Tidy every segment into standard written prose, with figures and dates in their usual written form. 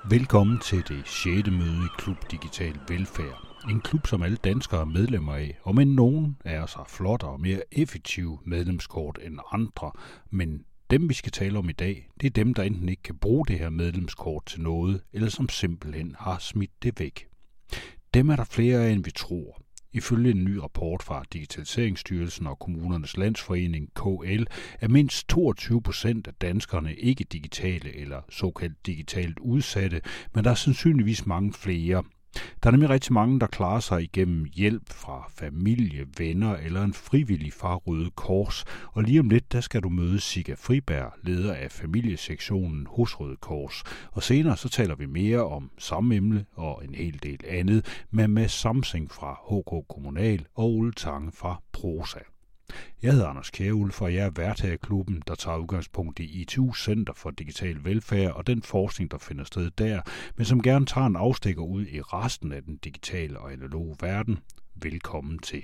Velkommen til det 6. møde i Klub Digital Velfærd. En klub, som alle danskere er medlemmer af, og men nogen af os har flottere og mere effektive medlemskort end andre. Men dem, vi skal tale om i dag, det er dem, der enten ikke kan bruge det her medlemskort til noget, eller som simpelthen har smidt det væk. Dem er der flere af, end vi tror. Ifølge en ny rapport fra Digitaliseringsstyrelsen og Kommunernes Landsforening, KL, er mindst 22% af danskerne ikke digitale eller såkaldt digitalt udsatte, men der er sandsynligvis mange flere. Der er nemlig rigtig mange, der klarer sig igennem hjælp fra familie, venner eller en frivillig fra Røde Kors. Og lige om lidt, der skal du møde Sigga Friberg, leder af familiesektionen hos Røde Kors. Og senere så taler vi mere om samme emne og en hel del andet med Mads Samsing fra HK Kommunal og Ole Tange fra Prosa. Jeg hedder Anders Kjærulf, og jeg er vært her i klubben, der tager udgangspunkt i ITU Center for Digital Velfærd og den forskning, der finder sted der, men som gerne tager en afstikker ud i resten af den digitale og analoge verden. Velkommen til.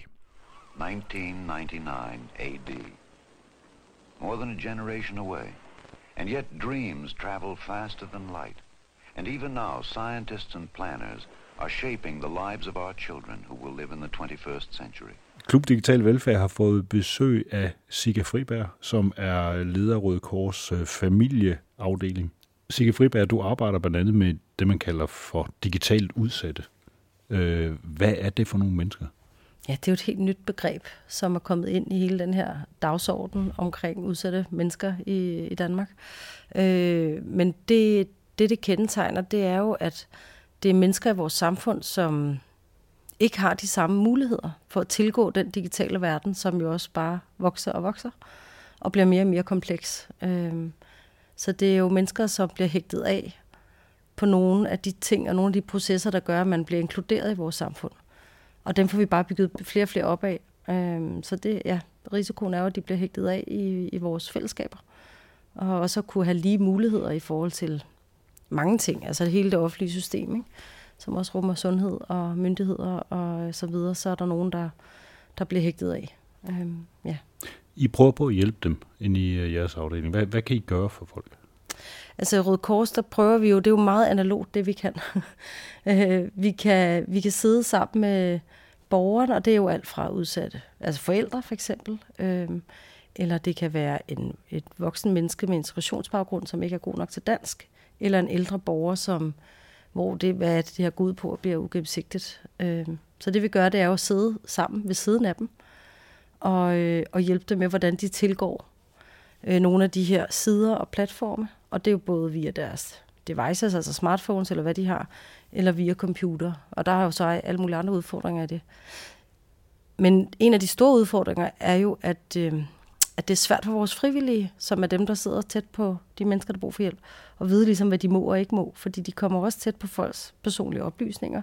1999 AD. More than a generation away, and yet dreams travel faster than light. And even now, scientists and planners are shaping the lives of our children who will live in the 21st century. Klub Digital Velfærd har fået besøg af Sigga Friberg, som er leder af Røde Kors familieafdeling. Sigga Friberg, du arbejder blandt andet med det, man kalder for digitalt udsatte. Hvad er det for nogle mennesker? Ja, det er jo et helt nyt begreb, som er kommet ind i hele den her dagsorden omkring udsatte mennesker i Danmark. Men det kendetegner, det er jo, at det er mennesker i vores samfund, som ikke har de samme muligheder for at tilgå den digitale verden, som jo også bare vokser og vokser, og bliver mere og mere kompleks. Så det er jo mennesker, som bliver hægtet af på nogle af de ting og nogle af de processer, der gør, at man bliver inkluderet i vores samfund. Og dem får vi bare bygget flere og flere op af. Så det, ja, risikoen er jo, at de bliver hægtet af i vores fællesskaber. Og også at kunne have lige muligheder i forhold til mange ting, altså hele det offentlige system, ikke? Som også rummer sundhed og myndigheder og så videre, så er der nogen, der bliver hægtet af. Ja. I prøver på at hjælpe dem ind i jeres afdeling. Hvad kan I gøre for folk? Altså i Røde Kors, der prøver vi jo, det er jo meget analogt, det vi kan. Vi kan sidde sammen med borgerne, og det er jo alt fra udsatte, altså forældre for eksempel, eller det kan være et voksen menneske med integrationsbaggrund, som ikke er god nok til dansk, eller en ældre borger, hvor hvad det her går ud på, bliver ugennemsigtigt. Så det vi gør, det er jo at sidde sammen ved siden af dem, og hjælpe dem med, hvordan de tilgår nogle af de her sider og platforme. Og det er jo både via deres devices, altså smartphones, eller hvad de har, eller via computer. Og der er jo så alle mulige andre udfordringer i det. Men en af de store udfordringer er jo, at det er svært for vores frivillige, som er dem, der sidder tæt på de mennesker, der bruger for hjælp, og vide ligesom, hvad de må og ikke må, fordi de kommer også tæt på folks personlige oplysninger.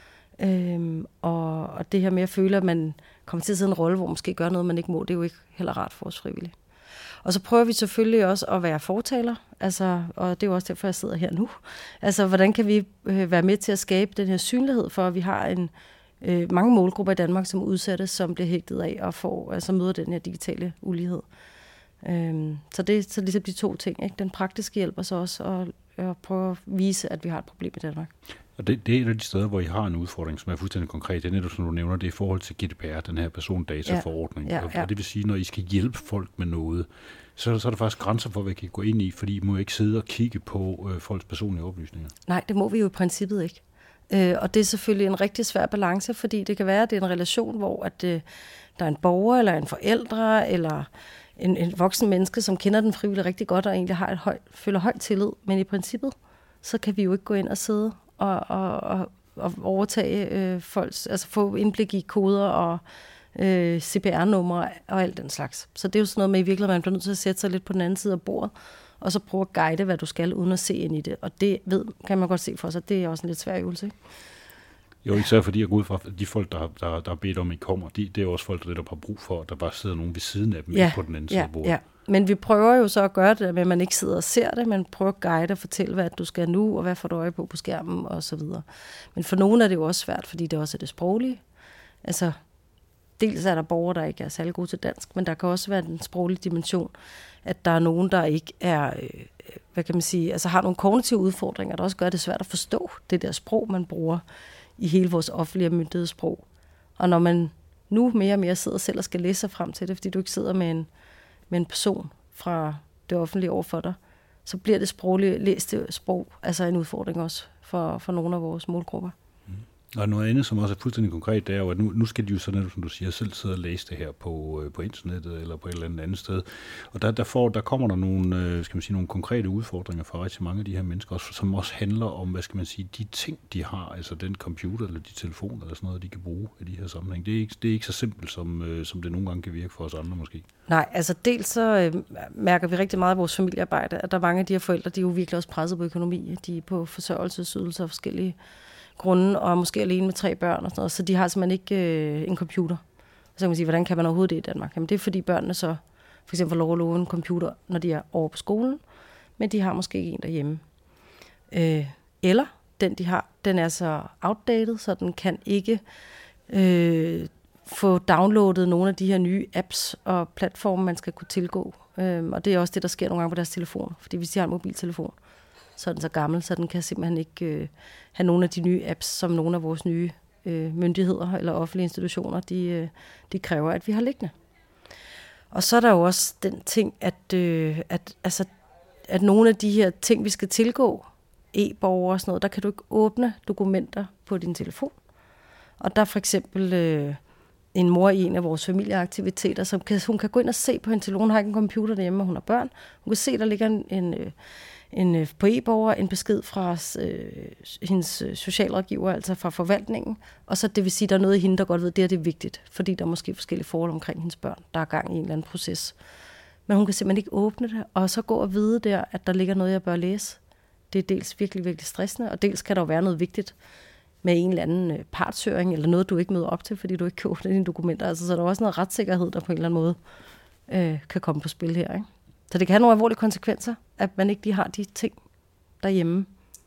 Og det her med at føle, at man kommer til at sidde en rolle, hvor man måske gør noget, man ikke må, det er jo ikke heller rart for vores frivillige. Og så prøver vi selvfølgelig også at være fortaler, altså, og det er jo også derfor, jeg sidder her nu. Altså, hvordan kan vi være med til at skabe den her synlighed for, at vi har mange målgrupper i Danmark, som udsattes, som bliver hægtet af og møder den her digitale ulighed. Så det er så ligesom de to ting, ikke? Den praktiske hjælp, og så også at prøve at vise, at vi har et problem i Danmark. Og det er et af de steder, hvor I har en udfordring, som er fuldstændig konkret. Det er netop, som du nævner, det er i forhold til GDPR, den her persondataforordning. Ja. Og det vil sige, når I skal hjælpe folk med noget, så er der faktisk grænser for, hvad I kan gå ind i, fordi I må ikke sidde og kigge på folks personlige oplysninger. Nej, det må vi jo i princippet ikke. Og det er selvfølgelig en rigtig svær balance, fordi det kan være, at det er en relation, hvor at, der er en borger, eller en forældre, eller en voksen menneske, som kender den frivillige rigtig godt, og egentlig føler høj tillid. Men i princippet, så kan vi jo ikke gå ind og sidde og overtage folks, altså få indblik i koder og CPR-numre og alt den slags. Så det er jo sådan noget med, i virkeligheden, man bliver nødt til at sætte sig lidt på den anden side af bordet, og så prøve at guide, hvad du skal, uden at se ind i det. Og det kan man godt se for sig. Det er også en lidt svær øvelse, ikke? Jo, især fordi jeg går ud fra, at de folk, der har bedt om, at I kommer, det er også folk, der har brug for, at der bare sidder nogen ved siden af dem, ikke på den anden side af bordet. Ja. Men vi prøver jo så at gøre det, med at man ikke sidder og ser det, men prøver at guide og fortælle, hvad du skal nu, og hvad får du øje på skærmen, og så videre. Men for nogle er det jo også svært, fordi det også er det sproglige. Altså, dels er der borgere, der ikke er særlig gode til dansk, men der kan også være den sproglige dimension, at der er nogen, der ikke hvad kan man sige, altså har nogle kognitive udfordringer, der også gør det svært at forstå det der sprog, man bruger i hele vores offentlige myndighedssprog. Og når man nu mere og mere sidder selv og skal læse sig frem til det, fordi du ikke sidder med en person fra det offentlige over for dig, så bliver det læste sprog altså en udfordring også for nogle af vores målgrupper. Og noget andet, som også er fuldstændig konkret, det er jo, at nu skal de jo sådan, som du siger, selv sidde og læse det her på internettet eller på et eller andet sted. Og der kommer der nogle, skal man sige, nogle konkrete udfordringer for rigtig mange af de her mennesker, også, som også handler om, hvad skal man sige, de ting, de har, altså den computer eller de telefoner eller sådan noget, de kan bruge i de her sammenhæng. Det er ikke så simpelt, som det nogle gange kan virke for os andre måske. Nej, altså dels så mærker vi rigtig meget i vores familiearbejde, at der er mange af de her forældre, de er jo virkelig også presset på økonomi. De er på forsørgelsesydelser og forskellige grunde, og måske alene med 3 børn og sådan noget, så de har simpelthen ikke en computer. Så kan man sige, hvordan kan man overhovedet det i Danmark? Jamen det er fordi børnene så for eksempel får lov at låne en computer, når de er over på skolen, men de har måske ikke en derhjemme. Eller den de har, den er så outdated, så den kan ikke få downloadet nogle af de her nye apps og platforme, man skal kunne tilgå. Og det er også det, der sker nogle gange på deres telefon, fordi hvis de har en mobiltelefon, så er den så gammel, så den kan simpelthen ikke have nogle af de nye apps, som nogle af vores nye myndigheder eller offentlige institutioner, de kræver, at vi har liggende. Og så er der jo også den ting, at nogle af de her ting, vi skal tilgå, e-borger og sådan noget, der kan du ikke åbne dokumenter på din telefon. Og der er for eksempel en mor i en af vores familieaktiviteter, som hun kan gå ind og se på hendes telefon. Hun har ikke en computer derhjemme, og hun har børn. Hun kan se, der ligger på e-borger en besked fra hendes socialrådgiver, altså fra forvaltningen, og så det vil sige, der er noget i hende, der godt ved, det er vigtigt, fordi der er måske forskellige forhold omkring hendes børn, der er gang i en eller anden proces. Men hun kan simpelthen ikke åbne det, og så gå og vide der, at der ligger noget, jeg bør læse. Det er dels virkelig, virkelig stressende, og dels kan der jo være noget vigtigt med en eller anden partshøring, eller noget, du ikke møder op til, fordi du ikke kan åbne dine dokumenter. Altså, så der er også noget retssikkerhed, der på en eller anden måde kan komme på spil her, ikke? Så det kan have nogle alvorlige konsekvenser, at man ikke lige har de ting derhjemme.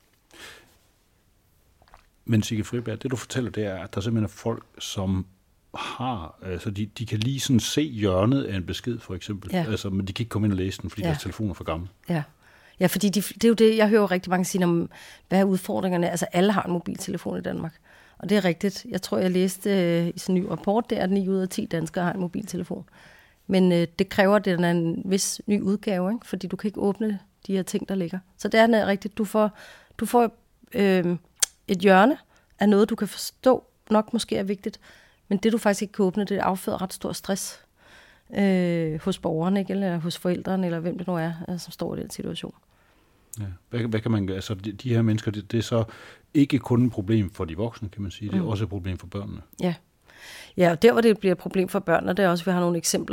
Men Sigge Friberg, det du fortæller, det er, at der simpelthen er folk, som har, altså de kan lige sådan se hjørnet af en besked, for eksempel. Ja. Altså, men de kan ikke komme ind og læse den, fordi deres telefon er for gammel. Ja, fordi det er jo det, jeg hører jo rigtig mange sige om, hvad er udfordringerne? Altså, alle har en mobiltelefon i Danmark. Og det er rigtigt. Jeg tror, jeg læste i sådan en ny rapport, der at 9 ud af 10 danskere har en mobiltelefon. Men det kræver, at den er en vis ny udgave, ikke? Fordi du kan ikke åbne de her ting, der ligger. Så det er rigtigt. Du får et hjørne af noget, du kan forstå, nok måske er vigtigt, men det du faktisk ikke kan åbne, det afføder ret stor stress hos borgeren, ikke? Eller hos forældrene, eller hvem det nu er, som står i den situation. Ja. Hvad kan man gøre? Altså, de her mennesker, det er så ikke kun et problem for de voksne, kan man sige. Det er også et problem for børnene. Ja, og der hvor det bliver et problem for børnene, det er også, vi har nogle eksempler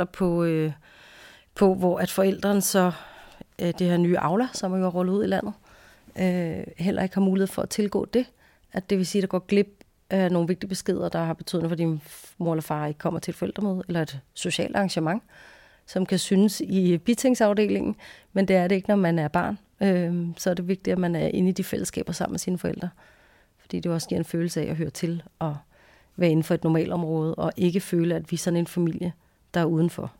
på hvor at forældrene så, det her nye Aula, som er jo rullet ud i landet, heller ikke har mulighed for at tilgå det. At det vil sige, at der går glip af nogle vigtige beskeder, der har betydning for, at din mor eller far ikke kommer til et forældremøde, eller et socialt arrangement, som kan synes i bitingsafdelingen, men det er det ikke, når man er barn. Så er det vigtigt, at man er inde i de fællesskaber sammen med sine forældre. Fordi det også giver en følelse af at høre til og være inden for et normalområde, og ikke føle, at vi er sådan en familie, der er udenfor.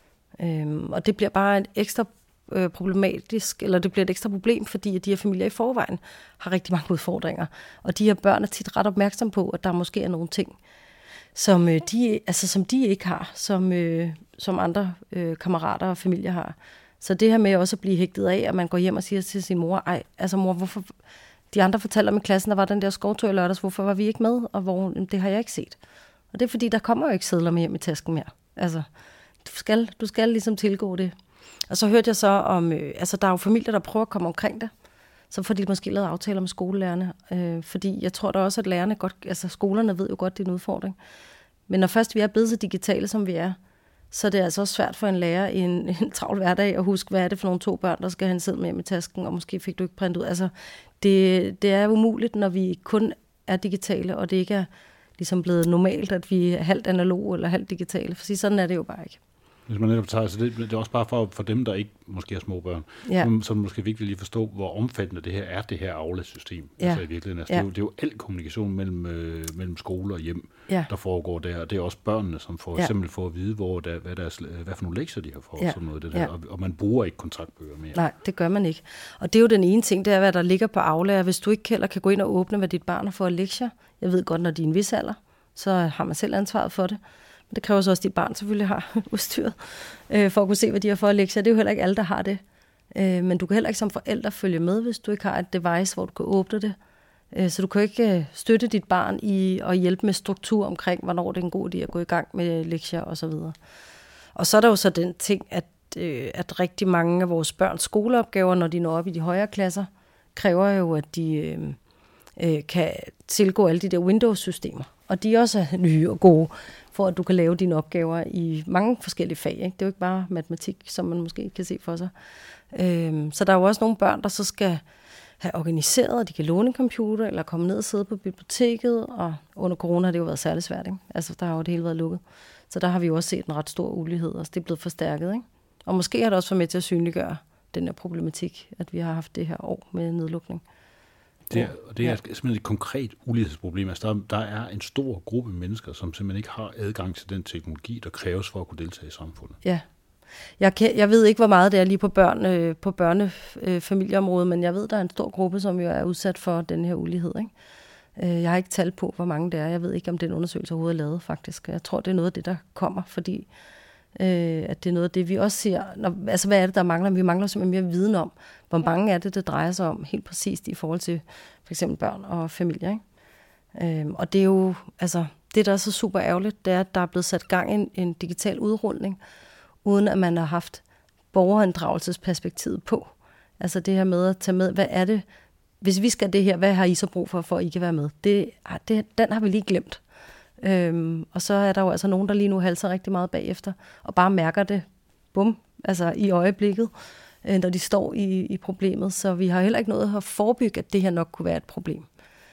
Og det bliver bare et ekstra problematisk, eller det bliver et ekstra problem, fordi at de her familier i forvejen har rigtig mange udfordringer. Og de her børn er tit ret opmærksom på, at der måske er nogle ting, som de ikke har, som andre kammerater og familier har. Så det her med også at blive hægtet af, at man går hjem og siger til sin mor, mor, hvorfor... De andre fortæller om i klassen, der var den der skovtur i lørdags, hvorfor var vi ikke med, og det har jeg ikke set. Og det er fordi, der kommer jo ikke sedler med hjem i tasken mere. Altså, du skal ligesom tilgå det. Og så hørte jeg så om, der er jo familier, der prøver at komme omkring det. Så får de måske lavet aftaler med skolelærerne. Fordi jeg tror da også, at lærerne godt, skolerne ved jo godt, det er en udfordring. Men når først vi er blevet så digitale, som vi er, så det er altså også svært for en lærer i en travl hverdag at huske, hvad er det for nogle 2 børn, der skal have en seddel med hjem i tasken, og måske fik du ikke printet ud. Altså, det er umuligt, når vi kun er digitale, og det ikke er ligesom blevet normalt, at vi er halvt analoge eller halvt digitale. For sådan er det jo bare ikke. Hvis man netop tager, så det er også bare for dem, der ikke måske har små børn, som måske vigtigt lige forstå, hvor omfattende det her er, det her Aula-system. Altså i virkeligheden. Altså, det er jo al kommunikation mellem skole og hjem, der foregår der, og det er også børnene, som for eksempel får at vide, hvad for nogle lektier de har fået, sådan noget det der, og man bruger ikke kontraktbøger mere. Nej, det gør man ikke. Og det er jo den ene ting, det er, hvad der ligger på Aula, hvis du ikke heller kan gå ind og åbne, hvad dit barn har fået lektier. Jeg ved godt, når de er en vis alder, så har man selv ansvaret for det. Men det kræver så også, at dit barn selvfølgelig har udstyret, for at kunne se, hvad de har fået lektier. Det er jo heller ikke alle, der har det. Men du kan heller ikke som forælder følge med, hvis du ikke har et device, hvor du kan åbne det. Så du kan ikke støtte dit barn i at hjælpe med struktur omkring, hvornår det er en god idé at gå i gang med lektier osv. Og så er der jo så den ting, at rigtig mange af vores børns skoleopgaver, når de når op i de højere klasser, kræver jo, at de kan tilgå alle de der Windows-systemer. Og de er også nye og gode, for at du kan lave dine opgaver i mange forskellige fag. Ikke? Det er jo ikke bare matematik, som man måske kan se for sig. Så der er jo også nogle børn, der så skal have organiseret, at de kan låne en computer, eller komme ned og sidde på biblioteket. Og under corona har det jo været særlig svært. Ikke? Altså, der har jo det hele været lukket. Så der har vi jo også set en ret stor ulighed, og det er blevet forstærket. Ikke? Og måske har det også været med til at synliggøre den her problematik, at vi har haft det her år med nedlukning. Det er simpelthen et konkret ulighedsproblem. Altså der er en stor gruppe mennesker, som simpelthen ikke har adgang til den teknologi, der kræves for at kunne deltage i samfundet. Ja. Jeg ved ikke, hvor meget det er lige på børnefamilieområdet, men jeg ved, der er en stor gruppe, som jo er udsat for den her ulighed. Ikke? Jeg har ikke tal på, hvor mange det er. Jeg ved ikke, om den undersøgelse overhovedet er lavet, faktisk. Jeg tror, det er noget af det, der kommer, fordi at det er noget af det, vi også ser. Altså, hvad er det, der mangler? Vi mangler simpelthen mere viden om, hvor mange er det drejer sig om, helt præcist i forhold til for eksempel børn og familier. Ikke? Og det er jo, altså, det der er så super ærgerligt, det er, at der er blevet sat gang i en digital udrulning, uden at man har haft borgerinddragelsesperspektivet på. Altså det her med at tage med, hvad er det, hvis vi skal det her, hvad har I så brug for at I kan være med? Den har vi lige glemt. Og så er der jo altså nogen, der lige nu halser rigtig meget bagefter, og bare mærker det, altså i øjeblikket, når de står i problemet. Så vi har heller ikke noget at forebygge, at det her nok kunne være et problem.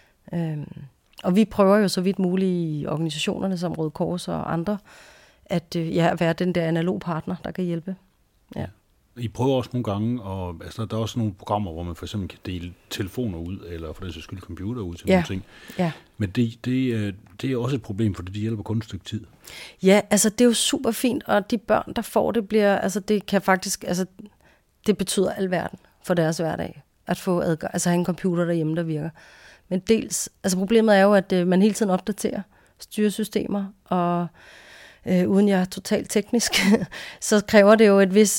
Og vi prøver jo så vidt muligt i organisationerne som Røde Kors og andre, at være den der analog partner, der kan hjælpe. Ja. I prøver også nogle gange, og altså, der er også nogle programmer, hvor man for eksempel kan dele telefoner ud, eller for den sags skyld computer ud til nogle ting. Ja. Men det er også et problem, for det hjælper kun et stykke tid. Ja, altså det er jo super fint, og de børn, der får det, det kan faktisk, altså det betyder alverden for deres hverdag, at få adgang, altså have en computer derhjemme, der virker. Men dels, altså problemet er jo, at man hele tiden opdaterer styresystemer, og uden jeg er totalt teknisk, så kræver det jo et vis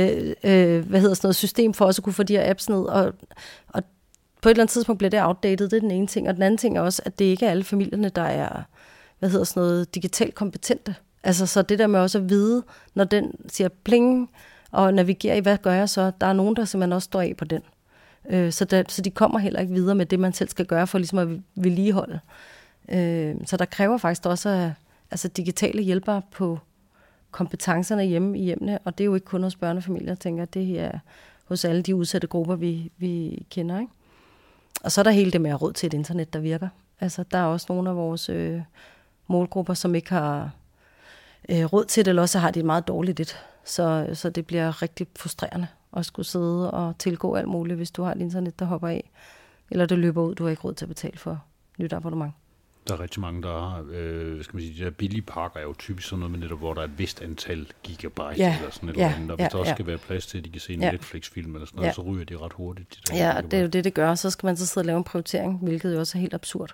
system for os at kunne få de her apps ned, og på et eller andet tidspunkt bliver det outdated, det er den ene ting, og den anden ting er også, at det ikke er alle familierne, der er, digitalt kompetente. Altså så det der med også at vide, når den siger pling, og navigerer i, hvad gør jeg så, der er nogen, der simpelthen også står af på den. Så de kommer heller ikke videre med det, man selv skal gøre for ligesom at vedligeholde. Så der kræver faktisk også digitale hjælpere på kompetencerne hjemme i hjemmene, og det er jo ikke kun hos børnefamilier, tænker jeg, det er hos alle de udsatte grupper, vi kender. Ikke? Og så er der hele det med at råd til et internet, der virker. Altså, der er også nogle af vores målgrupper, som ikke har råd til det, eller også har de et meget dårligt et. Så det bliver rigtig frustrerende at skulle sidde og tilgå alt muligt, hvis du har et internet, der hopper af, eller det løber ud, du har ikke råd til at betale for nyt abonnement. Der er rigtig mange, der har, de der billige pakker er jo typisk sådan noget med netop, hvor der er et vist antal gigabyte eller sådan et eller andet, og hvis der også skal være plads til, at de kan se en Netflix-film eller sådan noget, så ryger de ret hurtigt. Det er jo det gør, så skal man så sidde og lave en prioritering, hvilket jo også er helt absurd.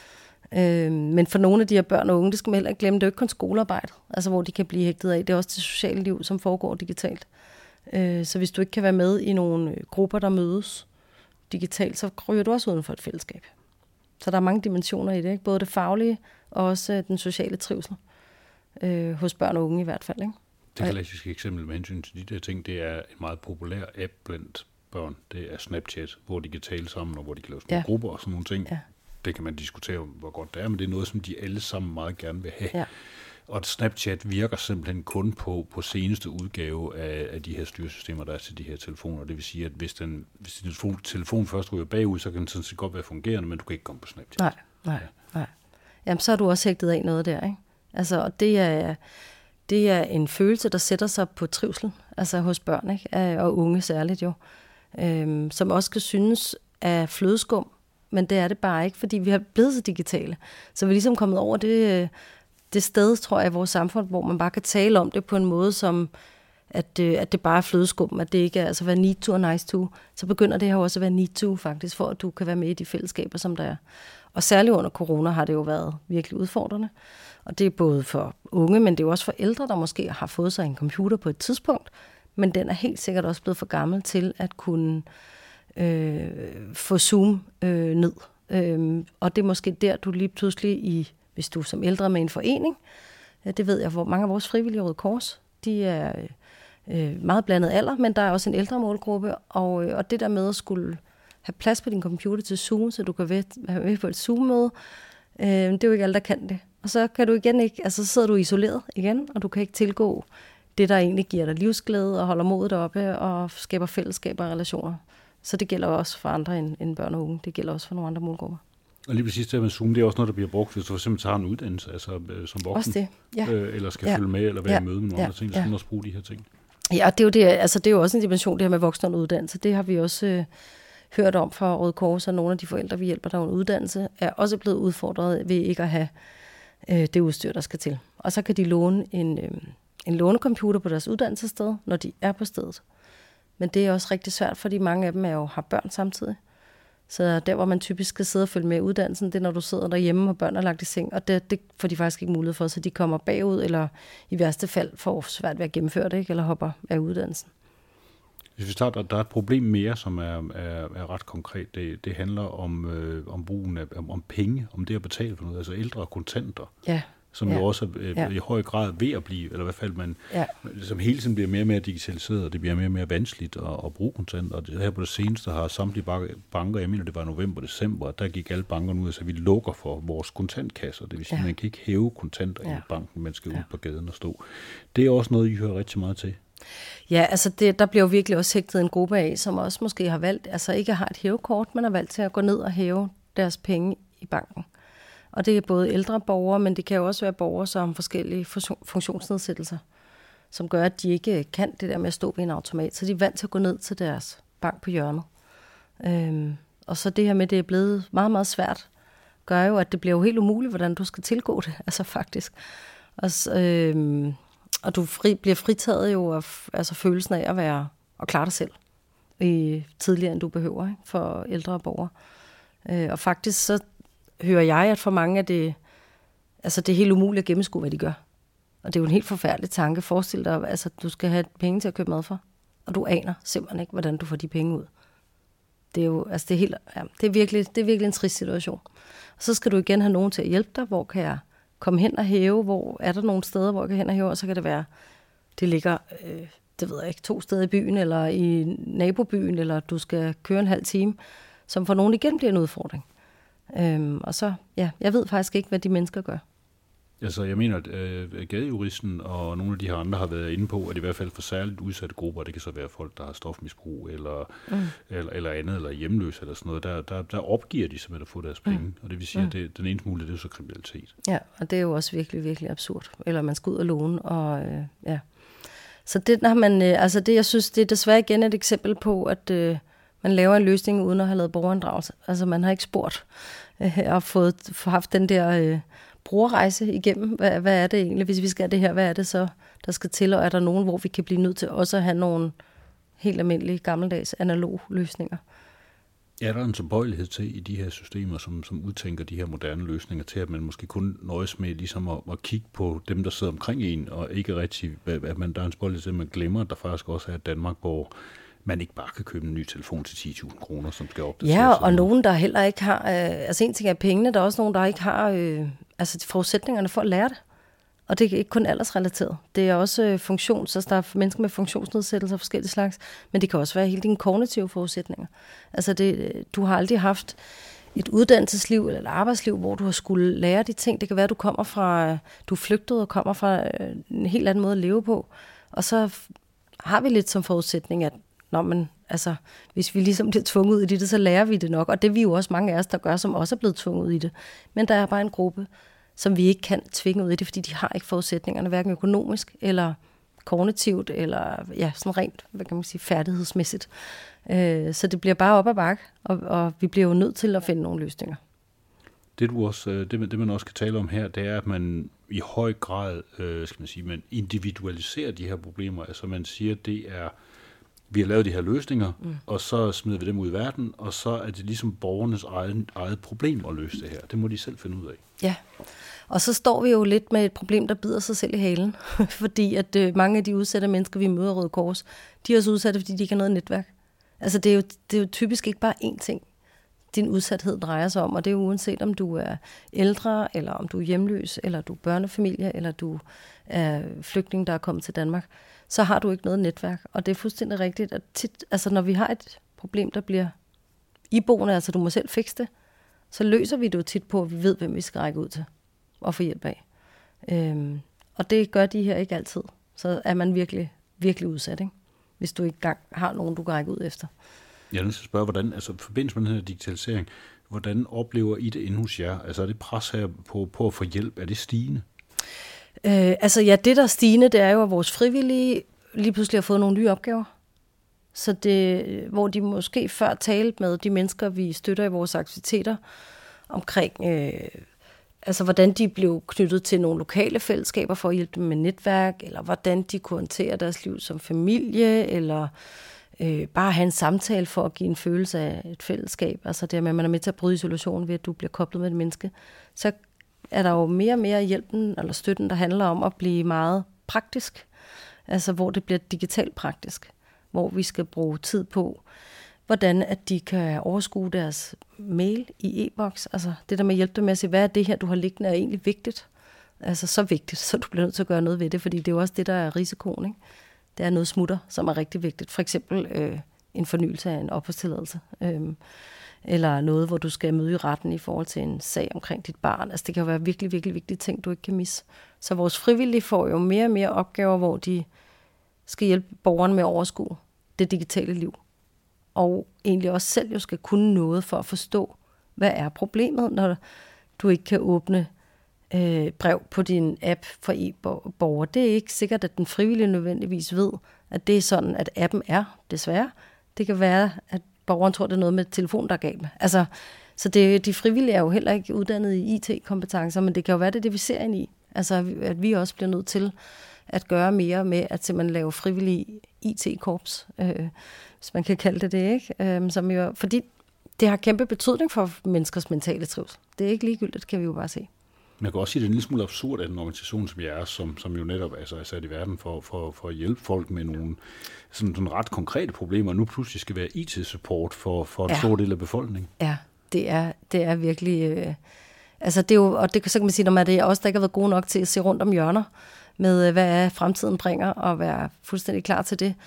Men for nogle af de her børn og unge, det skal man heller ikke glemme, det er jo ikke kun skolearbejde, altså hvor de kan blive hægtet af, det er også det sociale liv, som foregår digitalt. Så hvis du ikke kan være med i nogle grupper, der mødes digitalt, så ryger du også uden for et fællesskab. Så der er mange dimensioner i det, ikke? Både det faglige og også den sociale trivsel. Hos børn og unge i hvert fald. Ikke? Det klassiske eksempel med hensyn til de der ting, det er en meget populær app blandt børn. Det er Snapchat, hvor de kan tale sammen, og hvor de kan lave små grupper og sådan nogle ting. Ja. Det kan man diskutere, hvor godt det er, men det er noget, som de alle sammen meget gerne vil have. Ja. Og Snapchat virker simpelthen kun på seneste udgave af de her styresystemer, der er til de her telefoner. Det vil sige, at hvis din telefon først ryger bagud, så kan den sådan set godt være fungerende, men du kan ikke komme på Snapchat. Nej. Jamen, så er du også hægtet af noget der, ikke? Altså, og det det er en følelse, der sætter sig på trivsel, altså hos børn, ikke? Og unge særligt jo, som også kan synes af flødeskum, men det er det bare ikke, fordi vi har blevet så digitale. Så vi er ligesom kommet over det sted, tror jeg, i vores samfund, hvor man bare kan tale om det på en måde, som at det bare er flødeskum, at det ikke er altså være need to og nice to. Så begynder det her også at være need to faktisk, for at du kan være med i de fællesskaber, som der er. Og særligt under corona har det jo været virkelig udfordrende. Og det er både for unge, men det er jo også for ældre, der måske har fået sig en computer på et tidspunkt, men den er helt sikkert også blevet for gammel til at kunne få Zoom ned. Og det er måske der, du lige pludselig, hvis du som ældre med en forening, det ved jeg, hvor mange af vores frivillige Røde Kors, de er meget blandet alder, men der er også en ældre målgruppe, og det der med at skulle have plads på din computer til Zoom, så du kan være med på et Zoom-møde, det er jo ikke alle, der kan det. Og så kan du igen ikke, altså så sidder du isoleret igen, og du kan ikke tilgå det, der egentlig giver dig livsglæde og holder modet oppe og skaber fællesskaber og relationer. Så det gælder også for andre end børn og unge. Det gælder også for nogle andre målgrupper. Og lige præcis det med Zoom, det er også noget, der bliver brugt, hvis du for eksempel tager en uddannelse, altså som voksen, også det. Ja. Eller skal følge med, eller være i møde med nogle andre ting, så kan man også bruge de her ting. Ja, det er jo det, altså det er jo også en dimension, det her med voksen og uddannelse. Det har vi også hørt om fra Røde Kors, og nogle af de forældre, vi hjælper, der under uddannelse, er også blevet udfordret ved ikke at have det udstyr, der skal til. Og så kan de låne en lånecomputer på deres uddannelsessted, når de er på stedet. Men det er også rigtig svært, fordi mange af dem har børn samtidig. Så der, hvor man typisk skal sidde og følge med uddannelsen, det er, når du sidder derhjemme, og børn er lagt i seng, og det får de faktisk ikke mulighed for, så de kommer bagud, eller i værste fald får svært ved at gennemføre det, ikke? Eller hopper af uddannelsen. Hvis vi starter, der er et problem mere, som er ret konkret. Det handler om brugen af om penge, om det at betale for noget, altså ældre og kontanter. Ja. Som jo også i høj grad ved at blive, eller i hvert fald som hele tiden bliver mere og mere digitaliseret, og det bliver mere og mere vanskeligt at bruge kontanter. Og det her på det seneste har samtlige banker, jeg mener det var november-december, der gik alle bankerne ud og sagde, at vi lukker for vores kontantkasser. Det vil sige, at man kan ikke hæve kontanter i banken, man skal ud på gaden og stå. Det er også noget, I hører rigtig meget til. Ja, altså der bliver jo virkelig også hægtet en gruppe af, som også måske har valgt, altså ikke har et hævekort, men har valgt til at gå ned og hæve deres penge i banken. Og det er både ældre borgere, men det kan jo også være borgere, som har forskellige funktionsnedsættelser, som gør, at de ikke kan det der med at stå ved en automat. Så de er vant til at gå ned til deres bank på hjørnet. Og så det her med, at det er blevet meget, meget svært, gør jo, at det bliver jo helt umuligt, hvordan du skal tilgå det, altså faktisk. Og du bliver fritaget jo af altså følelsen af at klare dig selv tidligere, end du behøver, ikke? For ældre borgere. Og faktisk så hører jeg, at for mange er det er helt umuligt at gennemskue, hvad de gør. Og det er jo en helt forfærdelig tanke. Forestil dig, altså du skal have penge til at købe mad for, og du aner simpelthen ikke, hvordan du får de penge ud. Det er jo, altså det er virkelig en trist situation. Og så skal du igen have nogen til at hjælpe dig. Hvor kan jeg komme hen og hæve? Hvor er der nogle steder, hvor jeg kan hen og hæve? Og så kan det være, det ligger, det ved jeg ikke, 2 steder i byen, eller i nabobyen, eller du skal køre en halv time, som for nogen igen bliver en udfordring. Og så, jeg ved faktisk ikke, hvad de mennesker gør. Altså, jeg mener, at Gadejuristen og nogle af de her andre har været inde på, at i hvert fald for særligt udsatte grupper, det kan så være folk, der har stofmisbrug eller andet, eller hjemløse eller sådan noget, der opgiver de simpelthen at få deres penge. Og det vil sige, at den eneste mulighed, det er så kriminalitet. Ja, og det er jo også virkelig, virkelig absurd. Eller man skal ud og låne, og Så det har man, jeg synes, det er desværre igen et eksempel på, at man laver en løsning uden at have lavet borgerinddragelse. Altså man har ikke spurgt og haft den der brugerrejse igennem. Hvad er det egentlig, hvis vi skal have det her? Hvad er det så, der skal til? Og er der nogen, hvor vi kan blive nødt til også at have nogle helt almindelige, gammeldags analog løsninger? Er der en tilbøjelighed til i de her systemer, som udtænker de her moderne løsninger, til at man måske kun nøjes med ligesom at kigge på dem, der sidder omkring en, og ikke rigtig, at der er en tilbøjelighed til, at man glemmer, at der faktisk også er et Danmark, hvor man ikke bare kan købe en ny telefon til 10.000 kroner, som skal opdateres. Ja, og nogen, der heller ikke har, en ting er pengene, der er også nogen, der ikke har forudsætningerne for at lære det. Og det er ikke kun aldersrelateret. Det er også så der er mennesker med funktionsnedsættelser af forskellige slags, men det kan også være hele dine kognitive forudsætninger. Altså du har aldrig haft et uddannelsesliv eller et arbejdsliv, hvor du har skulle lære de ting. Det kan være, at du er flygtet og kommer fra en helt anden måde at leve på. Og så har vi lidt som forudsætning, at hvis vi ligesom bliver tvunget ud i det, så lærer vi det nok. Og det er vi jo også mange af os, der gør, som også er blevet tvunget ud i det. Men der er bare en gruppe, som vi ikke kan tvinge ud i det, fordi de har ikke forudsætningerne, hverken økonomisk eller kognitivt, eller sådan rent, hvad kan man sige, færdighedsmæssigt. Så det bliver bare op ad bakke, og vi bliver jo nødt til at finde nogle løsninger. Det man også kan tale om her, det er, at man i høj grad, man individualiserer de her problemer. Altså man siger, det er, vi har lavet de her løsninger, og så smider vi dem ud i verden, og så er det ligesom borgernes eget problem at løse det her. Det må de selv finde ud af. Ja, og så står vi jo lidt med et problem, der bider sig selv i halen, fordi at mange af de udsatte mennesker, vi møder Røde Kors, de er også udsatte, fordi de ikke har noget netværk. Altså det er jo typisk ikke bare én ting, din udsathed drejer sig om, og det er jo uanset om du er ældre, eller om du er hjemløs, eller du er børnefamilie, eller du er flygtning, der er kommet til Danmark, så har du ikke noget netværk. Og det er fuldstændig rigtigt, at tit, altså når vi har et problem, der bliver iboende, altså du må selv fikse det, så løser vi det jo tit på, at vi ved, hvem vi skal række ud til og få hjælp af. Og det gør de her ikke altid. Så er man virkelig, virkelig udsat, ikke? Hvis du ikke engang har nogen, du kan række ud efter. Jeg vil spørge, hvordan, altså i forbindelse med den her digitalisering, hvordan oplever I det inde hos jer? Altså er det pres her på at få hjælp? Er det stigende? Det der er stigende, det er jo, at vores frivillige lige pludselig har fået nogle nye opgaver. Så hvor de måske før talte med de mennesker, vi støtter i vores aktiviteter, omkring hvordan de blev knyttet til nogle lokale fællesskaber for at hjælpe dem med netværk, eller hvordan de kunne håndtere deres liv som familie, eller bare have en samtale for at give en følelse af et fællesskab. Altså det med, at man er med til at bryde isolation ved, at du bliver koblet med et menneske. Så er der jo mere og mere hjælpen eller støtten, der handler om at blive meget praktisk. Altså hvor det bliver digitalt praktisk. Hvor vi skal bruge tid på, hvordan at de kan overskue deres mail i e-boks. Altså det der med at hjælpe dem med at se, hvad er det her, du har liggende, er egentlig vigtigt. Altså så vigtigt, så du bliver nødt til at gøre noget ved det, fordi det er jo også det, der er risikoen, ikke? Det er noget smutter, som er rigtig vigtigt. For eksempel en fornyelse af en opholdstilladelse. Eller noget, hvor du skal møde i retten i forhold til en sag omkring dit barn. Altså det kan jo være virkelig, virkelig vigtige ting, du ikke kan misse. Så vores frivillige får jo mere og mere opgaver, hvor de skal hjælpe borgeren med at overskue det digitale liv. Og egentlig også selv jo skal kunne noget for at forstå, hvad er problemet, når du ikke kan åbne brev på din app for e-borger. Det er ikke sikkert, at den frivillige nødvendigvis ved, at det er sådan, at appen er, desværre. Det kan være, at borgeren tror, det er noget med telefonen, der er galt med. Altså, så de frivillige er jo heller ikke uddannet i IT-kompetencer, men det kan jo være, det vi ser ind i. Altså, at vi også bliver nødt til at gøre mere med at simpelthen lave frivillige IT-korps, hvis man kan kalde det, ikke? Som jo, fordi det har kæmpe betydning for menneskers mentale trivsel. Det er ikke ligegyldigt, kan vi jo bare se. Man kan også sige, at det er en lille smule absurd, at en organisation som jeg er, som jo netop er sat i verden for at hjælpe folk med nogle sådan ret konkrete problemer, nu pludselig skal være IT-support for en stor del af befolkningen. Ja, det er virkelig... det er jo, og det, så kan man sige, når det er også der ikke har været gode nok til at se rundt om hjørner med, hvad fremtiden bringer, og være fuldstændig klar til det.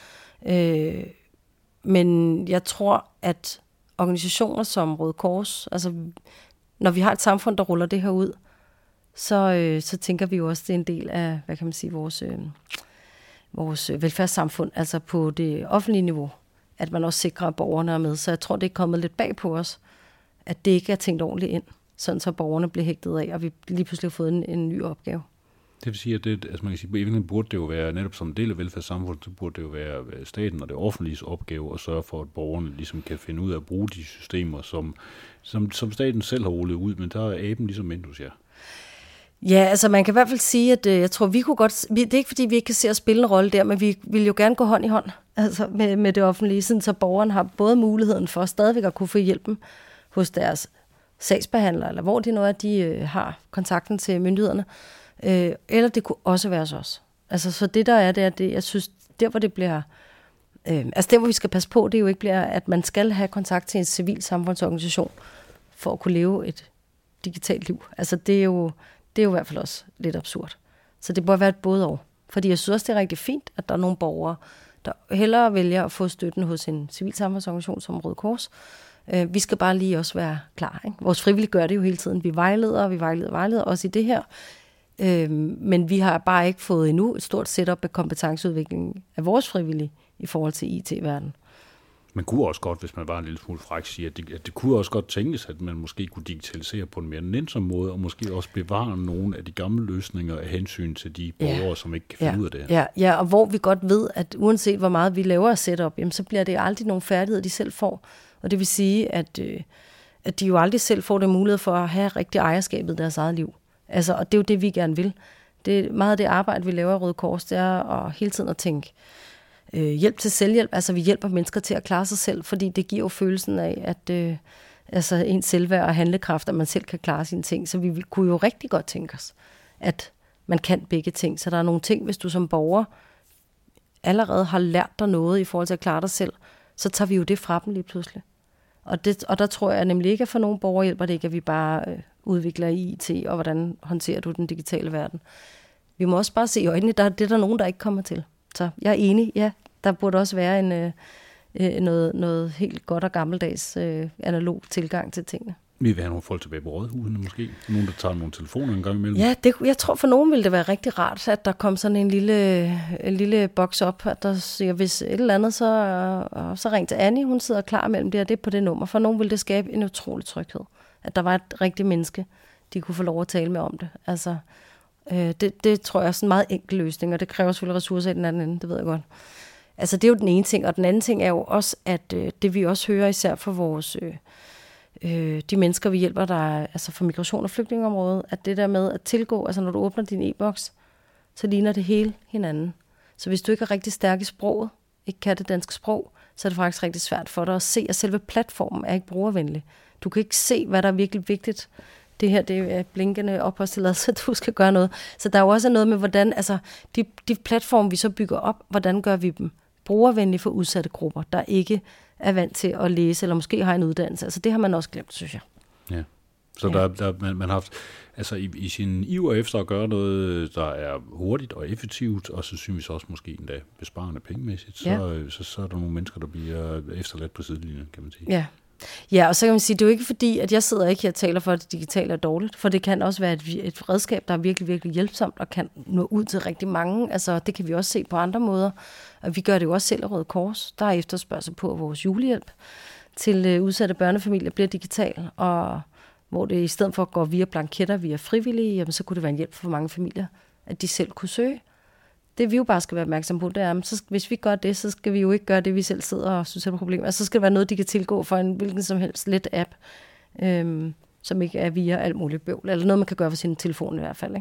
Men jeg tror, at organisationer som Røde Kors, altså når vi har et samfund, der ruller det her ud, så tænker vi jo også, det er en del af, hvad kan man sige, vores velfærdssamfund, altså på det offentlige niveau, at man også sikrer, at borgerne er med. Så jeg tror, det er kommet lidt bag på os, at det ikke er tænkt ordentligt ind, sådan så borgerne bliver hægtet af, og vi lige pludselig har fået en ny opgave. Det vil sige, at man kan sige, at i virkeligheden burde det jo være, netop som en del af velfærdssamfundet, så burde det jo være staten og det offentliges opgave at sørge for, at borgerne ligesom kan finde ud af at bruge de systemer, som staten selv har rullet ud, men der er aben ligesom Windows, ja. Ja, altså man kan i hvert fald sige, at jeg tror, vi kunne godt... Det er ikke, fordi vi ikke kan se at spille en rolle der, men vi vil jo gerne gå hånd i hånd altså med det offentlige, sådan, så borgeren har både muligheden for stadigvæk at kunne få hjælpen hos deres sagsbehandler, eller hvor det nu er, de har kontakten til myndighederne, eller det kunne også være hos os. Altså, så det der er, det er det, jeg synes, der hvor det bliver... der hvor vi skal passe på, det er jo ikke bliver, at man skal have kontakt til en civil samfundsorganisation for at kunne leve et digitalt liv. Altså, det er jo i hvert fald også lidt absurd. Så det bør være et både og. Fordi jeg synes også, det er rigtig fint, at der er nogle borgere, der hellere vælger at få støtten hos en civilsamfundsorganisation som Røde Kors. Vi skal bare lige også være klar. Ikke? Vores frivillige gør det jo hele tiden. Vi vejleder også i det her. Men vi har bare ikke fået endnu et stort setup af kompetenceudvikling af vores frivillige i forhold til IT-verdenen. Man kunne også godt, hvis man var en lille smule fræk, sige, at det kunne også godt tænkes, at man måske kunne digitalisere på en mere nænsom måde, og måske også bevare nogle af de gamle løsninger af hensyn til de borgere, som ikke kan finde ud af det her. Ja, og hvor vi godt ved, at uanset hvor meget vi laver at setup, jamen, så bliver det aldrig nogle færdigheder, de selv får. Og det vil sige, at de jo aldrig selv får det mulighed for at have rigtig ejerskabet i deres eget liv. Altså, og det er jo det, vi gerne vil. Det er meget af det arbejde, vi laver i Røde Kors, det er at hele tiden at tænke hjælp til selvhjælp. Altså, vi hjælper mennesker til at klare sig selv, fordi det giver jo følelsen af, at ens selvværd og handlekraft, at man selv kan klare sine ting. Så vi kunne jo rigtig godt tænke os, at man kan begge ting. Så der er nogle ting, hvis du som borger allerede har lært dig noget i forhold til at klare dig selv, så tager vi jo det fra dem lige pludselig. Og der tror jeg nemlig ikke, at for nogle borgere hjælper det ikke, at vi bare udvikler IT, og hvordan håndterer du den digitale verden. Vi må også bare se i øjnene, det er der nogen, der ikke kommer til. Så jeg er enig, ja, der burde også være noget helt godt og gammeldags analog tilgang til tingene. Vi vil have nogle folk tilbage på rådhusene måske. Nogen, der tager nogle telefoner en gang imellem. Ja, jeg tror for nogen ville det være rigtig rart, at der kom sådan en lille boks op, at der siger, hvis et eller andet, så ring til Annie, hun sidder klar mellem det, og det er på det nummer. For nogen ville det skabe en utrolig tryghed, at der var et rigtigt menneske, de kunne få lov at tale med om det. Altså, det tror jeg er sådan en meget enkel løsning, og det kræver selvfølgelig ressourcer i den anden ende, det ved jeg godt. Altså, det er jo den ene ting, og den anden ting er jo også, at det vi også hører især for vores... de mennesker, vi hjælper, der er altså for migration- og flygtningeområdet, at det der med at tilgå, altså når du åbner din e-boks, så ligner det hele hinanden. Så hvis du ikke er rigtig stærk i sproget, ikke kan det danske sprog, så er det faktisk rigtig svært for dig at se, at selve platformen er ikke brugervenlig. Du kan ikke se, hvad der er virkelig vigtigt. Det her, det er blinkende opholdstilladelse, at du skal gøre noget. Så der er jo også noget med, hvordan, altså de platforme, vi så bygger op, hvordan gør vi dem brugervenlige for udsatte grupper, der ikke er vant til at læse, eller måske har en uddannelse. Altså det har man også glemt, synes jeg. Ja, så man har haft, altså i sin iver efter at gøre noget, der er hurtigt og effektivt, og så synes vi også måske endda besparende pengemæssigt, så er der nogle mennesker, der bliver efterladt på sidelinjen, kan man sige. Ja, og så kan man sige, det er jo ikke fordi, at jeg sidder ikke her og taler for, at det digitale er dårligt, for det kan også være et redskab, der er virkelig, virkelig hjælpsomt, og kan nå ud til rigtig mange. Altså, det kan vi også se på andre måder. Og vi gør det jo også selv i Røde Kors. Der er efterspørgsel på, at vores julehjælp til udsatte børnefamilier bliver digital, og hvor det i stedet for at gå via blanketter, via frivillige, jamen, så kunne det være en hjælp for mange familier, at de selv kunne søge. Det vi jo bare skal være opmærksom på, det er, så hvis vi gør det, så skal vi jo ikke gøre det, vi selv sidder og synes er et problem. Altså, så skal det være noget, de kan tilgå for en hvilken som helst let app, som ikke er via alt muligt bøvl, eller noget, man kan gøre for sin telefon i hvert fald.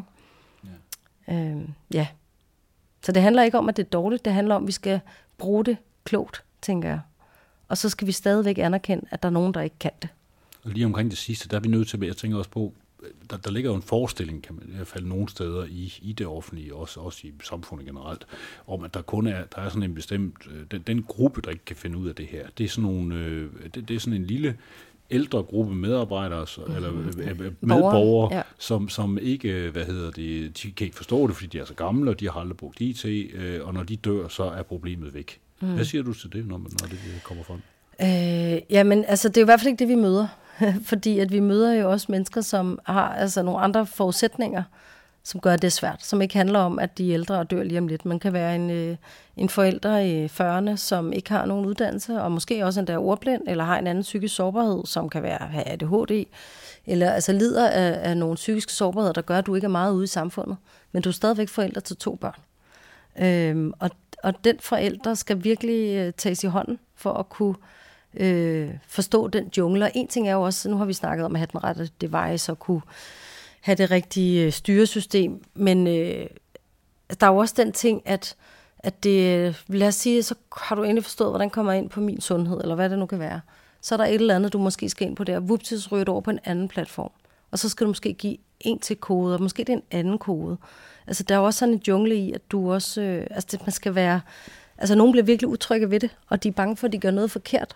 Ikke? Ja. Så det handler ikke om, at det er dårligt, det handler om, at vi skal bruge det klogt, tænker jeg. Og så skal vi stadigvæk anerkende, at der er nogen, der ikke kan det. Og lige omkring det sidste, der er vi nødt til, jeg tænker også på, der ligger jo en forestilling, kan man i hvert fald nogle steder i det offentlige, også i samfundet generelt, om at der kun er sådan en bestemt, den gruppe, der ikke kan finde ud af det her, det er sådan nogle, det er sådan en lille ældre gruppe medarbejdere, eller medborgere, som ikke, de kan ikke forstå det, fordi de er så gamle, og de har aldrig brugt IT, og når de dør, så er problemet væk. Hvad siger du til det, når det kommer frem? Jamen, altså, det er jo i hvert fald ikke det, vi møder. Fordi at vi møder jo også mennesker, som har altså nogle andre forudsætninger, som gør det svært. Som ikke handler om, at de er ældre og dør lige om lidt. Man kan være en forælder i 40'erne, som ikke har nogen uddannelse, og måske også endda ordblind, eller har en anden psykisk sårbarhed, som kan have ADHD, eller altså lider af nogle psykiske sårbarheder, der gør, at du ikke er meget ude i samfundet. Men du er stadigvæk forælder til 2 børn. Og den forælder skal virkelig tages i hånden for at kunne forstå den jungle. Og en ting er jo også, nu har vi snakket om at have den rette device og kunne have det rigtige styresystem, men der er jo også den ting, at det, lad os sige, så har du endelig forstået, hvordan kommer jeg ind på min sundhed, eller hvad det nu kan være. Så er der et eller andet, du måske skal ind på der, og vuptis ryger du over på en anden platform. Og så skal du måske give en til kode, og måske det er en anden kode. Altså der er også sådan en jungle i, at du også, man skal være, altså nogen bliver virkelig utrygge ved det, og de er bange for, at de gør noget forkert.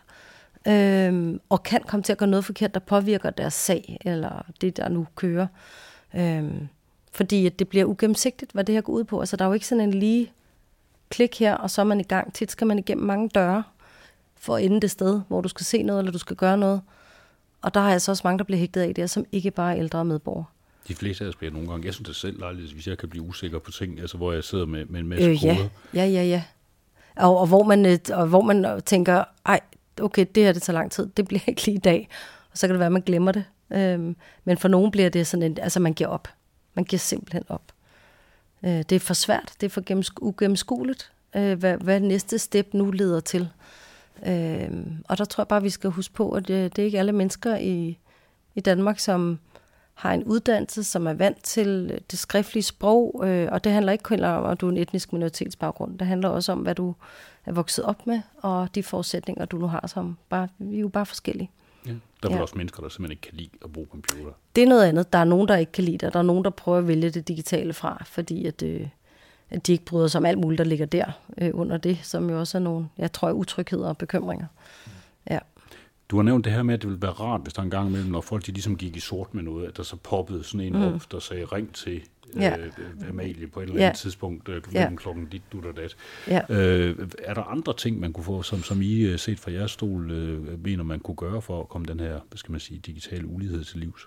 Og kan komme til at gøre noget forkert, der påvirker deres sag, eller det, der nu kører. Fordi at det bliver ugennemsigtigt, hvad det her går ud på. Altså, der er jo ikke sådan en lige klik her, og så er man i gang. Tit skal man igennem mange døre, for at ende det sted, hvor du skal se noget, eller du skal gøre noget. Og der er altså også mange, der bliver hægtet af det, som ikke bare er ældre medborgere. De fleste af os bliver nogle gange, jeg synes det selv lejligt, hvis jeg kan blive usikker på ting, altså hvor jeg sidder med en masse koder. Ja. Og hvor man tænker, ej, okay, det her det tager lang tid, det bliver ikke lige i dag, og så kan det være, at man glemmer det. Men for nogen bliver det sådan altså man giver op. Man giver simpelthen op. Det er for svært, det er for ugennemskueligt, hvad næste step nu leder til. Og der tror jeg bare, vi skal huske på, at det er ikke alle mennesker i Danmark, som har en uddannelse, som er vant til det skriftlige sprog, og det handler ikke kun om, at du er en etnisk minoritetsbaggrund. Det handler også om, hvad du er vokset op med, og de forudsætninger, du nu har som. Vi er jo bare forskellige. Ja. Der er også mennesker, der simpelthen ikke kan lide at bruge computer. Det er noget andet. Der er nogen, der ikke kan lide det, og der er nogen, der prøver at vælge det digitale fra, fordi at de ikke bryder sig om alt muligt, der ligger der under det, som jo også er nogle, jeg tror, utrygheder og bekymringer. Ja. Du har nævnt det her med, at det ville være rart, hvis der en gang imellem, når folk de ligesom gik i sort med noget, at der så poppede sådan en op, der sagde, ring til Amalie på et eller andet tidspunkt, klokken dit, dut og dat. Ja. Er der andre ting, man kunne få, som I set fra jeres stol, mener man kunne gøre for at komme den her, hvad skal man sige, digitale ulighed til livs?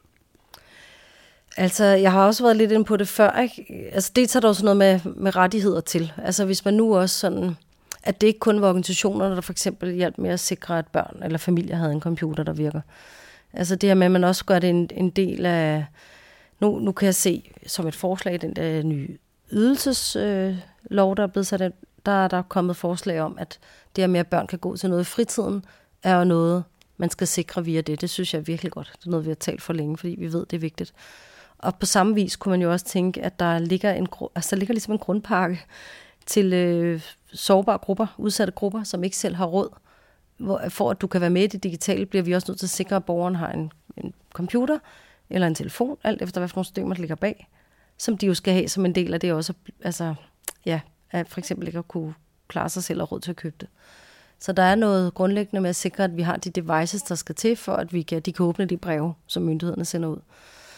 Altså, jeg har også været lidt inde på det før, ikke? Altså, det tager der også noget med rettigheder til. Altså, hvis man nu også sådan, at det ikke kun var organisationerne, der for eksempel hjalp med at sikre, at børn eller familier havde en computer, der virker. Altså, det her med, at man også gør det en del af. Nu kan jeg se som et forslag, den der nye ydelseslov, der er blevet sat, der er kommet forslag om, at det her med, at børn kan gå til noget i fritiden, er jo noget, man skal sikre via det. Det synes jeg er virkelig godt. Det er noget, vi har talt for længe, fordi vi ved, det er vigtigt. Og på samme vis kunne man jo også tænke, at der ligger ligesom en grundpakke til sårbare grupper, udsatte grupper, som ikke selv har råd. For at du kan være med i det digitale, bliver vi også nødt til at sikre, at borgeren har en computer eller en telefon, alt efter hvad for nogle systemer, der ligger bag, som de jo skal have som en del af det også, altså, ja, at for eksempel ikke at kunne klare sig selv og råd til at købe det. Så der er noget grundlæggende med at sikre, at vi har de devices, der skal til, for at de kan åbne de breve, som myndighederne sender ud.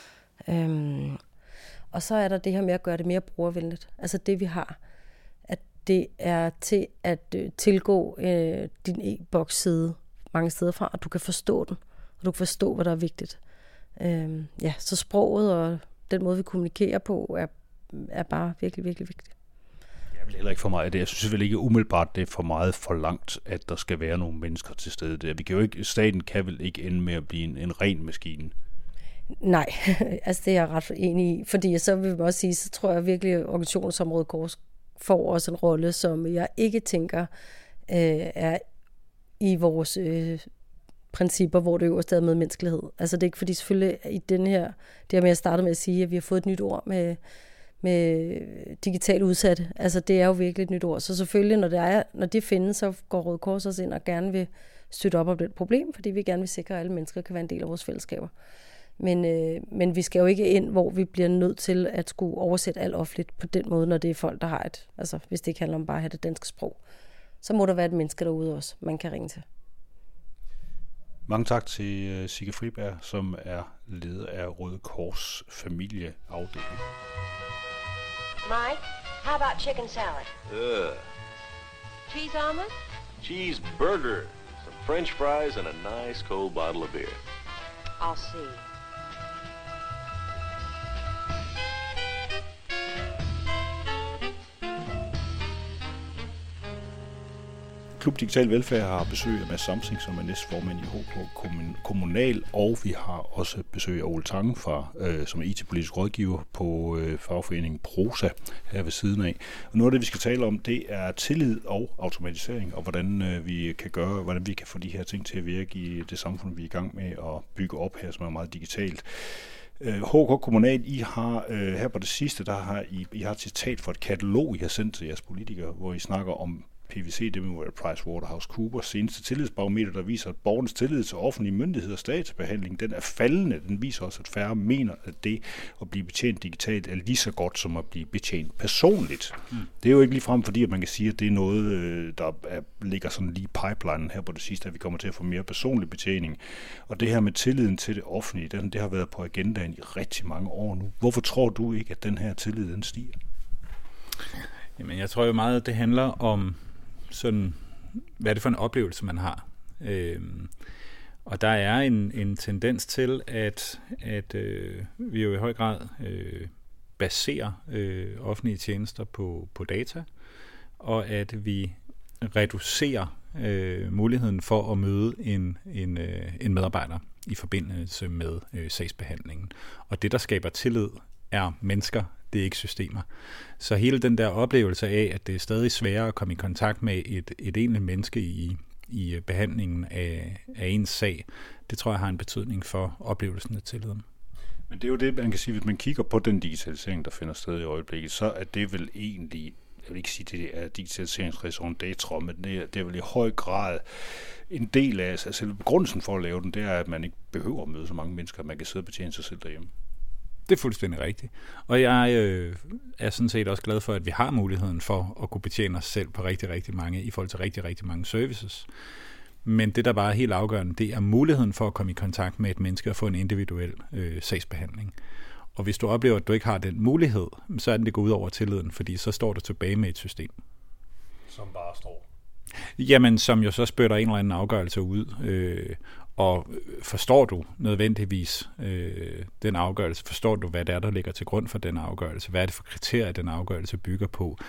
Og så er der det her med at gøre det mere brugervenligt. Altså det, vi har, at det er til at tilgå din e-boks-side mange steder fra, og du kan forstå den, og du kan forstå, hvad der er vigtigt. Så sproget og den måde, vi kommunikerer på, er bare virkelig, virkelig vigtigt. Jeg vil heller ikke for meget. Jeg synes vel ikke umiddelbart, det er for meget for langt, at der skal være nogle mennesker til stede der. Vi kan jo ikke, staten kan vel ikke ende med at blive en ren maskine. Nej, altså det er jeg ret enig i, fordi så vil man også sige, så tror jeg virkelig, at organisationsområdet Kors får også en rolle, som jeg ikke tænker er i vores principper, hvor det jo er stadig med menneskelighed. Altså det er ikke fordi selvfølgelig i den her, det her med at starte med at sige, at vi har fået et nyt ord med digitalt udsatte. Altså det er jo virkelig et nyt ord. Så selvfølgelig, når det findes, så går Røde Kors også ind og gerne vil støtte op om det problem, fordi vi gerne vil sikre, at alle mennesker kan være en del af vores fællesskaber. Men vi skal jo ikke ind, hvor vi bliver nødt til at skulle oversætte alt offentligt på den måde, når det er folk, der har hvis det ikke handler om bare at have det danske sprog. Så må der være et menneske derude også, man kan ringe til. Mange tak til Sigge Friberg, som er leder af Røde Kors familieafdeling. Mike, how about chicken salad? Cheese omelet? Cheeseburger, some French fries, and a nice cold bottle of beer. I'll see. Klub Digital Velfærd har besøg af Mads Samsing, som er næstformand i HK Kommunal, og vi har også besøg af Ole Tange, som er IT-politisk rådgiver på fagforeningen Prosa her ved siden af. Og noget af det, vi skal tale om, det er tillid og automatisering, og hvordan vi kan få de her ting til at virke i det samfund, vi er i gang med at bygge op her, som er meget digitalt. HK Kommunal, I har her på det sidste, I har et citat for et katalog, I har sendt til jeres politikere, hvor I snakker om PwC, det må være PricewaterhouseCoopers seneste tillidsbarometer, der viser, at borgernes tillid til offentlige myndigheders databehandling, den er faldende. Den viser også, at færre mener, at det at blive betjent digitalt er lige så godt som at blive betjent personligt. Det er jo ikke ligefrem fordi, at man kan sige, at det er noget, der ligger sådan lige i pipelinen her på det sidste, at vi kommer til at få mere personlig betjening. Og det her med tilliden til det offentlige, det har været på agendaen i rigtig mange år nu. Hvorfor tror du ikke, at den her tillid, den stiger? Jamen, jeg tror jo meget, at det handler om sådan, hvad er det for en oplevelse, man har. Og der er en tendens til, at vi jo i høj grad baserer offentlige tjenester på data, og at vi reducerer muligheden for at møde en medarbejder i forbindelse med sagsbehandlingen. Og det, der skaber tillid, er mennesker, det er ikke systemer. Så hele den der oplevelse af, at det er stadig sværere at komme i kontakt med et egentligt menneske i behandlingen af ens sag, det tror jeg har en betydning for oplevelsen af tilliden. Men det er jo det, man kan sige, hvis man kigger på den digitalisering, der finder sted i øjeblikket, så er det vel egentlig, jeg vil ikke sige, det er digitaliseringsraison d'être, men det er vel i høj grad en del af, altså selve begrundelsen for at lave den, det er, at man ikke behøver at møde så mange mennesker, at man kan sidde og betjene sig selv derhjemme. Det er fuldstændig rigtigt. Og jeg er sådan set også glad for, at vi har muligheden for at kunne betjene os selv på rigtig, rigtig mange, i forhold til rigtig, rigtig mange services. Men det, der bare er helt afgørende, det er muligheden for at komme i kontakt med et menneske og få en individuel sagsbehandling. Og hvis du oplever, at du ikke har den mulighed, så er det går ud over tilliden, fordi så står du tilbage med et system. Som bare står? Jamen, som jo så spytter en eller anden afgørelse ud. Og forstår du nødvendigvis den afgørelse? Forstår du, hvad det er, der ligger til grund for den afgørelse? Hvad er det for kriterier, den afgørelse bygger på?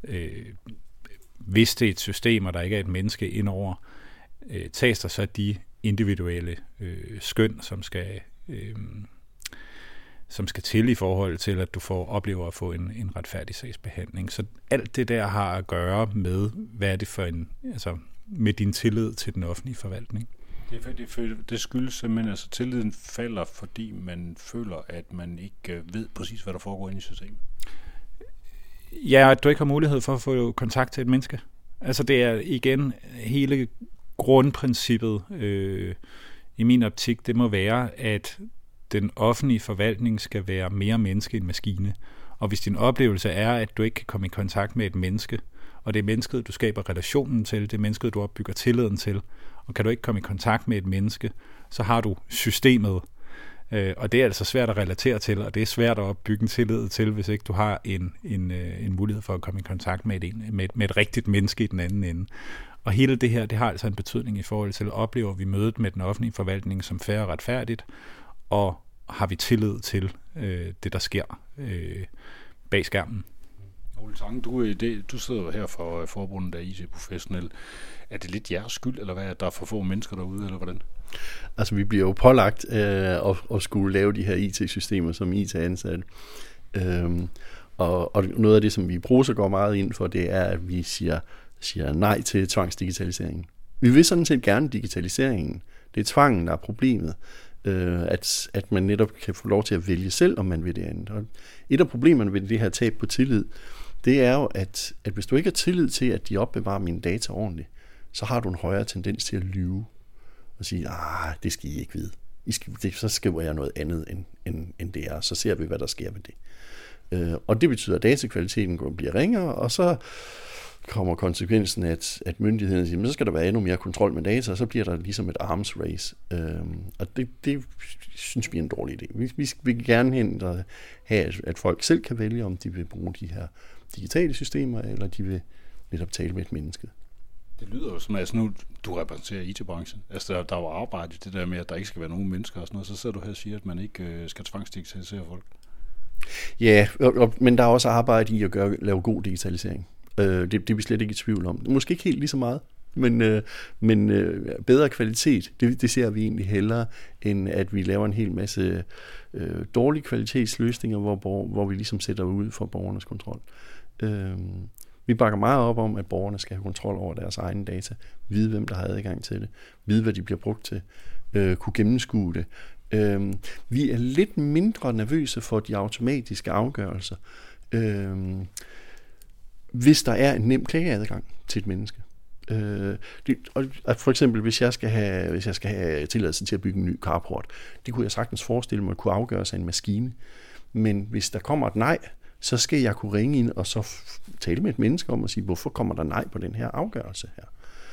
Hvis det er et system, og der ikke er et menneske indover, tages der så de individuelle skøn, som skal til i forhold til, at du oplever at få en retfærdig sagsbehandling. Så alt det der har at gøre med, hvad er det for med din tillid til den offentlige forvaltning. Det skyldes simpelthen, altså tilliden falder, fordi man føler, at man ikke ved præcis, hvad der foregår inde i systemet. Ja, at du ikke har mulighed for at få kontakt til et menneske. Altså det er igen hele grundprincippet i min optik, det må være, at den offentlige forvaltning skal være mere menneske end maskine. Og hvis din oplevelse er, at du ikke kan komme i kontakt med et menneske, og det er mennesket, du skaber relationen til, det er mennesket, du opbygger tilliden til, og kan du ikke komme i kontakt med et menneske, så har du systemet. Og det er altså svært at relatere til, og det er svært at opbygge en tillid til, hvis ikke du har en mulighed for at komme i kontakt med et rigtigt menneske i den anden ende. Og hele det her, det har altså en betydning i forhold til, oplever vi mødet med den offentlige forvaltning som fair og retfærdigt, og har vi tillid til det, der sker bag skærmen. Ole Tange, du sidder jo her for forbundet af IT-professionel. Er det lidt jeres skyld, eller hvad, at der er for få mennesker derude, eller hvordan? Altså, vi bliver jo pålagt at skulle lave de her IT-systemer som IT-ansatte. Og noget af det, som vi i Prosa går meget ind for, det er, at vi siger nej til tvangsdigitaliseringen. Vi vil sådan set gerne digitaliseringen. Det er tvangen, der er problemet. At man netop kan få lov til at vælge selv, om man vil det andet. Og et af problemerne ved det her tab på tillid, det er jo, at hvis du ikke har tillid til, at de opbevarer mine data ordentligt, så har du en højere tendens til at lyve og sige, det skal I ikke vide. Så skriver jeg noget andet, end det er, så ser vi, hvad der sker med det. Og det betyder, at datakvaliteten bliver ringere, og så kommer konsekvensen, at myndighederne siger, men så skal der være endnu mere kontrol med data, og så bliver der ligesom et arms race. Og det synes vi er en dårlig idé. Vi vil gerne have, at folk selv kan vælge, om de vil bruge de her digitale systemer, eller de vil netop tale med et menneske. Det lyder jo som, altså nu du repræsenterer IT-branchen. Altså der er jo arbejde i det der med, at der ikke skal være nogen mennesker og sådan noget, så sidder du her og siger, at man ikke skal tvangsdigitalisere folk. Ja, men der er også arbejde i at lave god digitalisering. Det er vi slet ikke i tvivl om. Måske ikke helt lige så meget, men bedre kvalitet, det ser vi egentlig hellere, end at vi laver en hel masse dårlige kvalitetsløsninger, hvor vi ligesom sætter ud for borgernes kontrol. Vi bakker meget op om, at borgerne skal have kontrol over deres egne data, vide, hvem der har adgang til det, vide, hvad de bliver brugt til, kunne gennemskue det. Vi er lidt mindre nervøse for de automatiske afgørelser, hvis der er en nem klageadgang til et menneske. For eksempel, hvis jeg skal have tilladelse til at bygge en ny carport, det kunne jeg sagtens forestille mig at kunne afgøres af en maskine. Men hvis der kommer et nej, så skal jeg kunne ringe ind og så tale med et menneske om at sige, hvorfor kommer der nej på den her afgørelse her.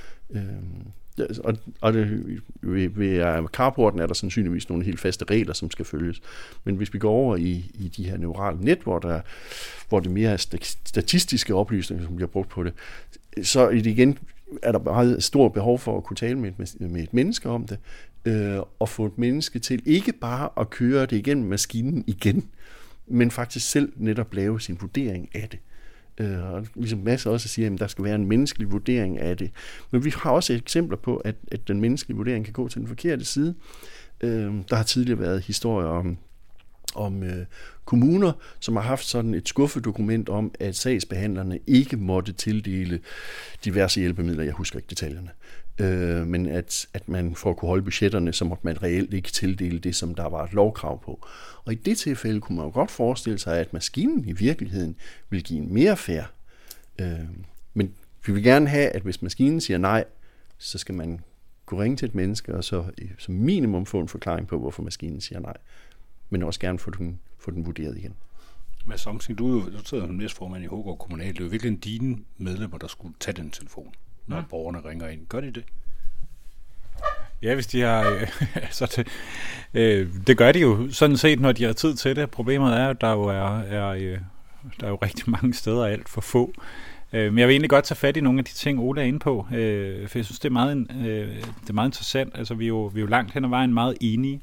Og ved carporten er der sandsynligvis nogle helt faste regler, som skal følges. Men hvis vi går over i de her neurale net, hvor det mere er statistiske oplysninger, som bliver brugt på det, så er det igen er der meget stort behov for at kunne tale med et menneske om det, og få et menneske til ikke bare at køre det igennem maskinen igen, men faktisk selv netop lave sin vurdering af det. Og ligesom Mads også siger, at der skal være en menneskelig vurdering af det. Men vi har også eksempler på, at den menneskelige vurdering kan gå til den forkerte side. Der har tidligere været historier om kommuner, som har haft sådan et skuffedokument om, at sagsbehandlerne ikke måtte tildele diverse hjælpemidler. Jeg husker ikke detaljerne. Men at man for at kunne holde budgetterne, så måtte man reelt ikke tildele det, som der var et lovkrav på. Og i det tilfælde kunne man jo godt forestille sig, at maskinen i virkeligheden vil give en mere fair. Men vi vil gerne have, at hvis maskinen siger nej, så skal man kunne ringe til et menneske, og så som minimum få en forklaring på, hvorfor maskinen siger nej. Men også gerne få den vurderet igen. Mads Somsing, du sidder som næstformand i Hovedgård Kommunal. Det er jo virkelig dine medlemmer, der skulle tage den telefon, når borgerne ringer ind. Gør de det? Ja, hvis de har... det gør de jo sådan set, når de har tid til det. Problemet er, at der er jo rigtig mange steder alt for få. Men jeg vil egentlig godt tage fat i nogle af de ting, Ole er inde på, for jeg synes, det er meget interessant. Altså, vi er jo langt hen ad vejen meget enige.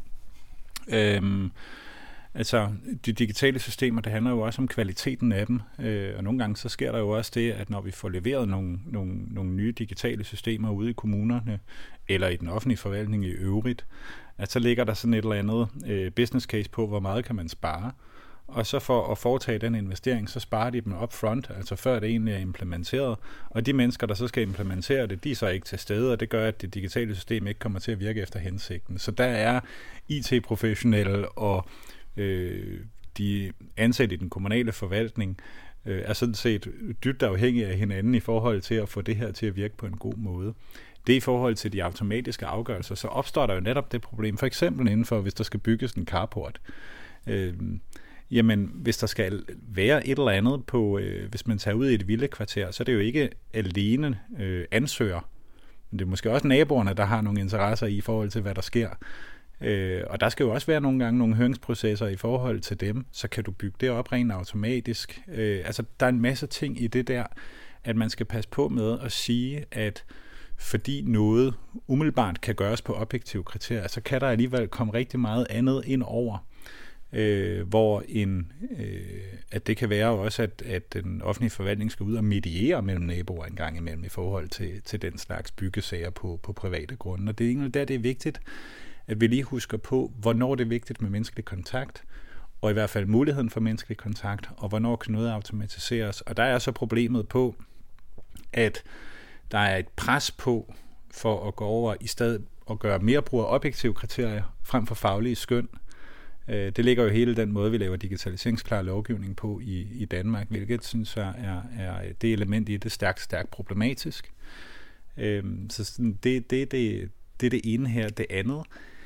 Altså, de digitale systemer, det handler jo også om kvaliteten af dem, og nogle gange så sker der jo også det, at når vi får leveret nogle nye digitale systemer ude i kommunerne, eller i den offentlige forvaltning i øvrigt, at så ligger der sådan et eller andet business case på, hvor meget kan man spare, og så for at foretage den investering, så sparer de dem upfront, altså før det egentlig er implementeret, og de mennesker, der så skal implementere det, de er så ikke til stede, og det gør, at det digitale system ikke kommer til at virke efter hensigten. Så der er IT-professionelle og de ansatte i den kommunale forvaltning er sådan set dybt afhængige af hinanden i forhold til at få det her til at virke på en god måde. Det i forhold til de automatiske afgørelser, så opstår der jo netop det problem, for eksempel indenfor, hvis der skal bygges en carport. Jamen, hvis der skal være et eller andet på, hvis man tager ud i et villekvarter, så er det jo ikke alene ansøger, men det er måske også naboerne, der har nogle interesser i forhold til, hvad der sker. Og der skal jo også være nogle gange nogle høringsprocesser i forhold til dem, så kan du bygge det op rent automatisk. Altså, der er en masse ting i det der, at man skal passe på med at sige, at fordi noget umiddelbart kan gøres på objektive kriterier, så kan der alligevel komme rigtig meget andet ind over, hvor at det kan være også, at den offentlige forvaltning skal ud og mediere mellem naboer en gang imellem i forhold til den slags byggesager på private grunde. Og det er egentlig der, det er vigtigt, at vi lige husker på, hvornår det er vigtigt med menneskelig kontakt, og i hvert fald muligheden for menneskelig kontakt, og hvornår kan noget automatiseres. Og der er så problemet på, at der er et pres på for at gå over i stedet og gøre mere brug af objektive kriterier frem for faglige skøn. Det ligger jo hele den måde, vi laver digitaliseringsklar lovgivning på i Danmark, hvilket synes jeg er det element i det stærkt problematisk. Så det er det ene her. Det andet,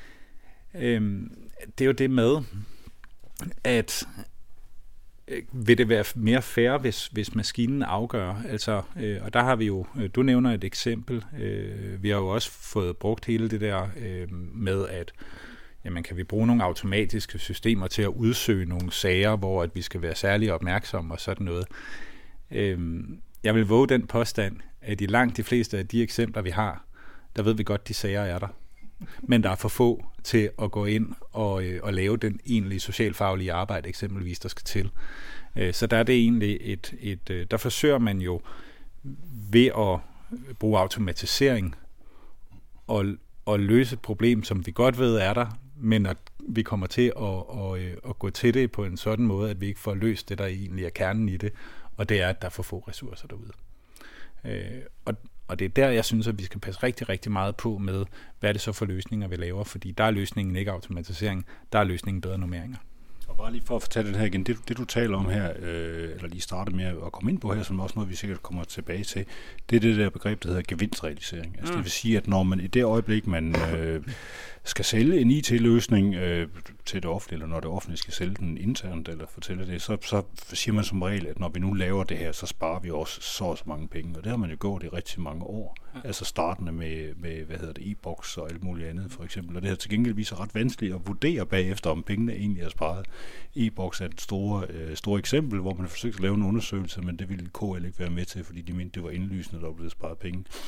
det er jo det med, at vil det være mere fair, hvis maskinen afgør. Altså, og der har vi jo, du nævner et eksempel, vi har jo også fået brugt hele det der med, at jamen, kan vi bruge nogle automatiske systemer til at udsøge nogle sager, hvor at vi skal være særlig opmærksomme og sådan noget. Jeg vil våge den påstand, at i langt de fleste af de eksempler, vi har, der ved vi godt, de sager er der. Men der er for få til at gå ind og lave den egentlige socialfaglige arbejde, eksempelvis, der skal til. Så der er det egentlig der forsøger man jo ved at bruge automatisering og løse et problem, som vi godt ved er der, men at vi kommer til at gå til det på en sådan måde, at vi ikke får løst det, der egentlig er kernen i det, og det er, at der er for få ressourcer derude. Og det er der, jeg synes, at vi skal passe rigtig, rigtig meget på med, hvad er det så for løsninger, vi laver, fordi der er løsningen ikke automatisering, der er løsningen bedre normeringer. Og bare lige for at fortælle den her igen, det du taler om her, eller lige starte med at komme ind på her, som også noget, vi sikkert kommer tilbage til, det er det der begreb, der hedder gevinstrealisering. Altså det vil sige, at når man i det øjeblik, man skal sælge en IT-løsning til det offentlige, eller når det offentlige skal sælge den internt, eller fortælle det, så siger man som regel, at når vi nu laver det her, så sparer vi også så mange penge, og det har man jo gjort i rigtig mange år. Altså startende med e-boks og alt muligt andet, for eksempel. Og det her til gengæld viser ret vanskeligt at vurdere bagefter, om pengene egentlig er sparet. E-boks er et store eksempel, hvor man forsøgte at lave en undersøgelse, men det ville KL ikke være med til, fordi de mente, det var indlysende, der var blevet sparet penge.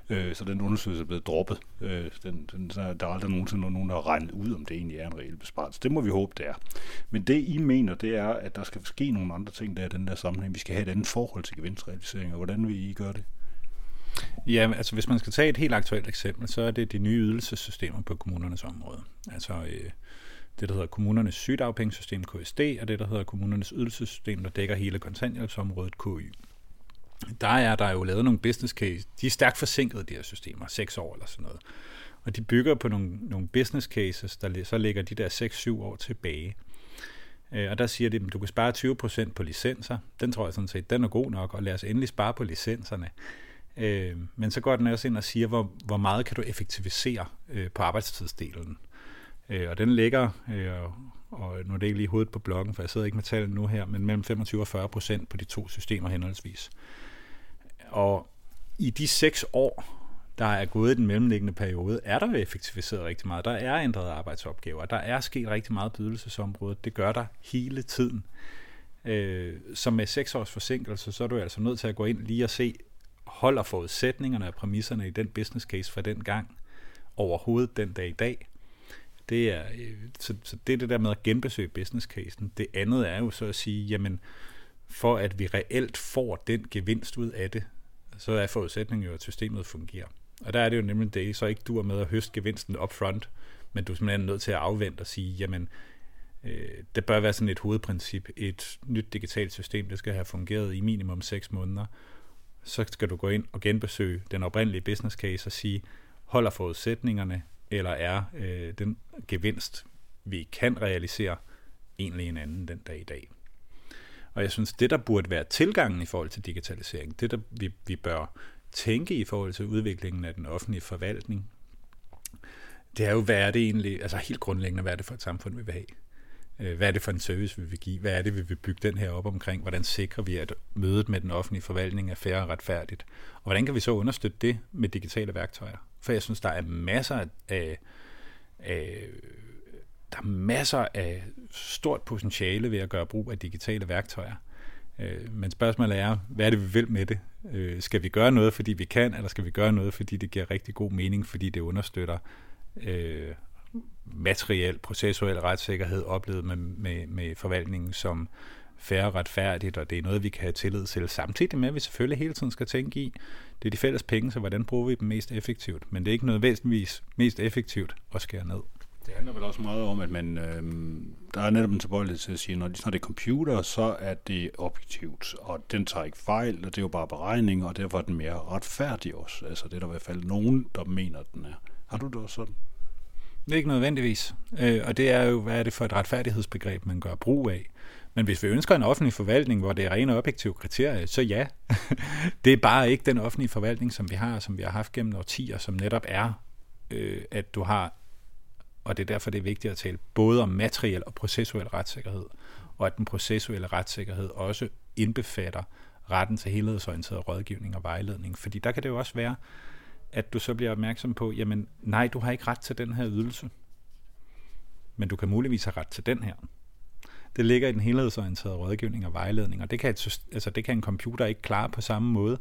Så den undersøgelse er blevet droppet. Der er aldrig nogensinde nogen, der har regnet ud, om det egentlig er en reel besparelse. Det må vi håbe, det er. Men det, I mener, det er, at der skal ske nogle andre ting der i den der sammenhæng. Vi skal have et andet forhold til gevinstrealisering, og hvordan vil I gøre det? Ja, altså hvis man skal tage et helt aktuelt eksempel, så er det de nye ydelsessystemer på kommunernes område. Altså det, der hedder kommunernes sygedagpengesystem, KSD, og det, der hedder kommunernes ydelsessystem, der dækker hele kontanthjælpsområdet, KY. Der er der jo lavet nogle business case. De er stærkt forsinket, de her systemer, 6 år eller sådan noget. Og de bygger på nogle business cases, der så ligger de der 6-7 år tilbage. Og der siger de, at du kan spare 20% på licenser. Den tror jeg sådan set, den er god nok, og lad os endelig spare på licenserne. Men så går den også ind og siger, hvor meget kan du effektivisere på arbejdstidsdelen. Og den ligger, og nu er det ikke lige hovedet på blokken, for jeg sidder ikke med tallene nu her, men mellem 25% og 40% på de 2 systemer henholdsvis. Og i de 6 år, der er gået i den mellemliggende periode, er der effektiviseret rigtig meget. Der er ændret arbejdsopgaver. Der er sket rigtig meget på ydelsesområdet. Det gør der hele tiden. Så med 6 års forsinkelse, så er du altså nødt til at gå ind lige og se, holder forudsætningerne og præmisserne i den business case fra den gang overhovedet den dag i dag. Det er, så det er det der med at genbesøge business casen. Det andet er jo så at sige, jamen for at vi reelt får den gevinst ud af det, så er forudsætningen jo, at systemet fungerer. Og der er det jo nemlig det, så ikke du er med at høste gevinsten upfront, men du er simpelthen nødt til at afvente og sige, jamen det bør være sådan et hovedprincip. Et nyt digitalt system, det skal have fungeret i minimum 6 måneder. Så skal du gå ind og genbesøge den oprindelige business case og sige, holder forudsætningerne, eller er den gevinst, vi kan realisere, egentlig en anden den dag i dag. Og jeg synes, det der burde være tilgangen i forhold til digitalisering, det der vi bør tænke i forhold til udviklingen af den offentlige forvaltning, det er jo, hvad er det egentlig, altså helt grundlæggende, hvad er det for et samfund, vi vil have? Hvad er det for en service, vi vil give? Hvad er det, vi vil bygge den her op omkring? Hvordan sikrer vi, at mødet med den offentlige forvaltning er fair og retfærdigt? Og hvordan kan vi så understøtte det med digitale værktøjer? For jeg synes, der er masser af stort potentiale ved at gøre brug af digitale værktøjer. Men spørgsmålet er, hvad er det, vi vil med det? Skal vi gøre noget, fordi vi kan, eller skal vi gøre noget, fordi det giver rigtig god mening, fordi det understøtter materiel, processuel retssikkerhed oplevet med forvaltningen som fair og retfærdigt, og det er noget, vi kan have tillid til, samtidig med, at vi selvfølgelig hele tiden skal tænke i, det er de fælles penge, så hvordan bruger vi dem mest effektivt? Men det er ikke noget væsentligvis mest effektivt at skære ned. Det handler vel også meget om, at man, der er netop en tilbøjelighed til at sige, når det er computer, så er det objektivt, og den tager ikke fejl, og det er jo bare beregning, og derfor er den mere retfærdig også. Altså det er der i hvert fald nogen, der mener, at den er. Har du det også sådan? Det er ikke nødvendigvis. Og det er jo, hvad er det for et retfærdighedsbegreb, man gør brug af. Men hvis vi ønsker en offentlig forvaltning, hvor det er rene objektive kriterier, så ja. Det er bare ikke den offentlige forvaltning, som vi har haft gennem årtier, som netop er, at du har, og det er derfor, det er vigtigt at tale både om materiel og processuel retssikkerhed, og at den processuelle retssikkerhed også indbefatter retten til helhedsorienteret rådgivning og vejledning. Fordi der kan det jo også være, at du så bliver opmærksom på, jamen nej, du har ikke ret til den her ydelse, men du kan muligvis have ret til den her. Det ligger i den helhedsorienterede rådgivning og vejledning, og det kan en computer ikke klare på samme måde.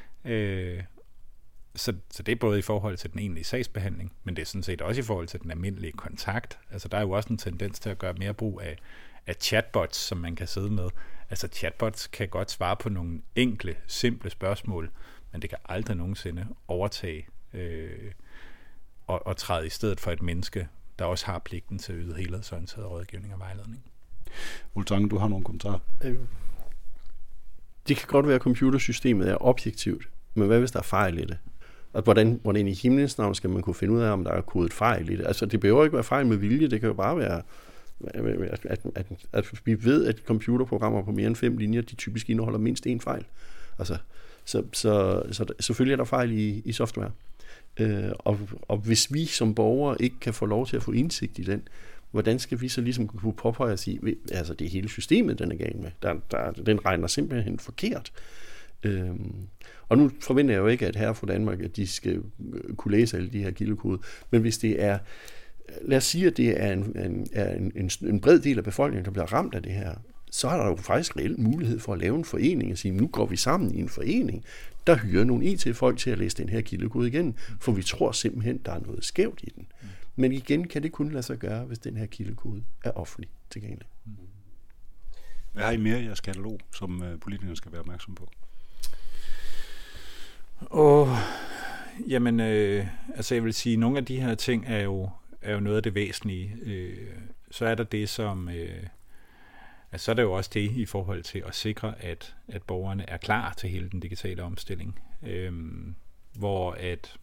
Så det er både i forhold til den egentlige sagsbehandling, men det er sådan set også i forhold til den almindelige kontakt. Altså der er jo også en tendens til at gøre mere brug af chatbots, som man kan sidde med. Altså chatbots kan godt svare på nogle enkle, simple spørgsmål, men det kan aldrig nogensinde overtage og træde i stedet for et menneske, der også har pligten til at yde helhedsorienteret rådgivning og vejledning. Ultange, du har nogle kommentarer? Det kan godt være, at computersystemet er objektivt, men hvad hvis der er fejl i det? Og hvordan i himlens navn skal man kunne finde ud af, om der er kodet fejl i det? Altså, det behøver ikke være fejl med vilje, det kan jo bare være, at vi ved, at computerprogrammer på mere end 5 linjer, de typisk indeholder mindst 1 fejl. Altså, så selvfølgelig er der fejl i software. Og hvis vi som borgere ikke kan få lov til at få indsigt i den, hvordan skal vi så ligesom kunne påpege og sige, altså det er hele systemet, den er galt med. Den regner simpelthen forkert. Og nu forventer jeg jo ikke, at her fra Danmark, at de skal kunne læse alle de her kildekoder, men hvis det er, lad os sige, at det er en bred del af befolkningen, der bliver ramt af det her, så er der jo faktisk reelt mulighed for at lave en forening og sige, nu går vi sammen i en forening, der hyrer nogle IT-folk til at læse den her kildekode igen, for vi tror simpelthen, der er noget skævt i den. Men igen kan det kun lade sig gøre, hvis den her kildekode er offentlig tilgængelig. Hvad har I mere i jeres katalog, som politikerne skal være opmærksom på? Altså jeg vil sige, at nogle af de her ting er jo noget af det væsentlige. Så er der det, som... så er der jo også det i forhold til at sikre, at borgerne er klar til hele den digitale omstilling. Hvor at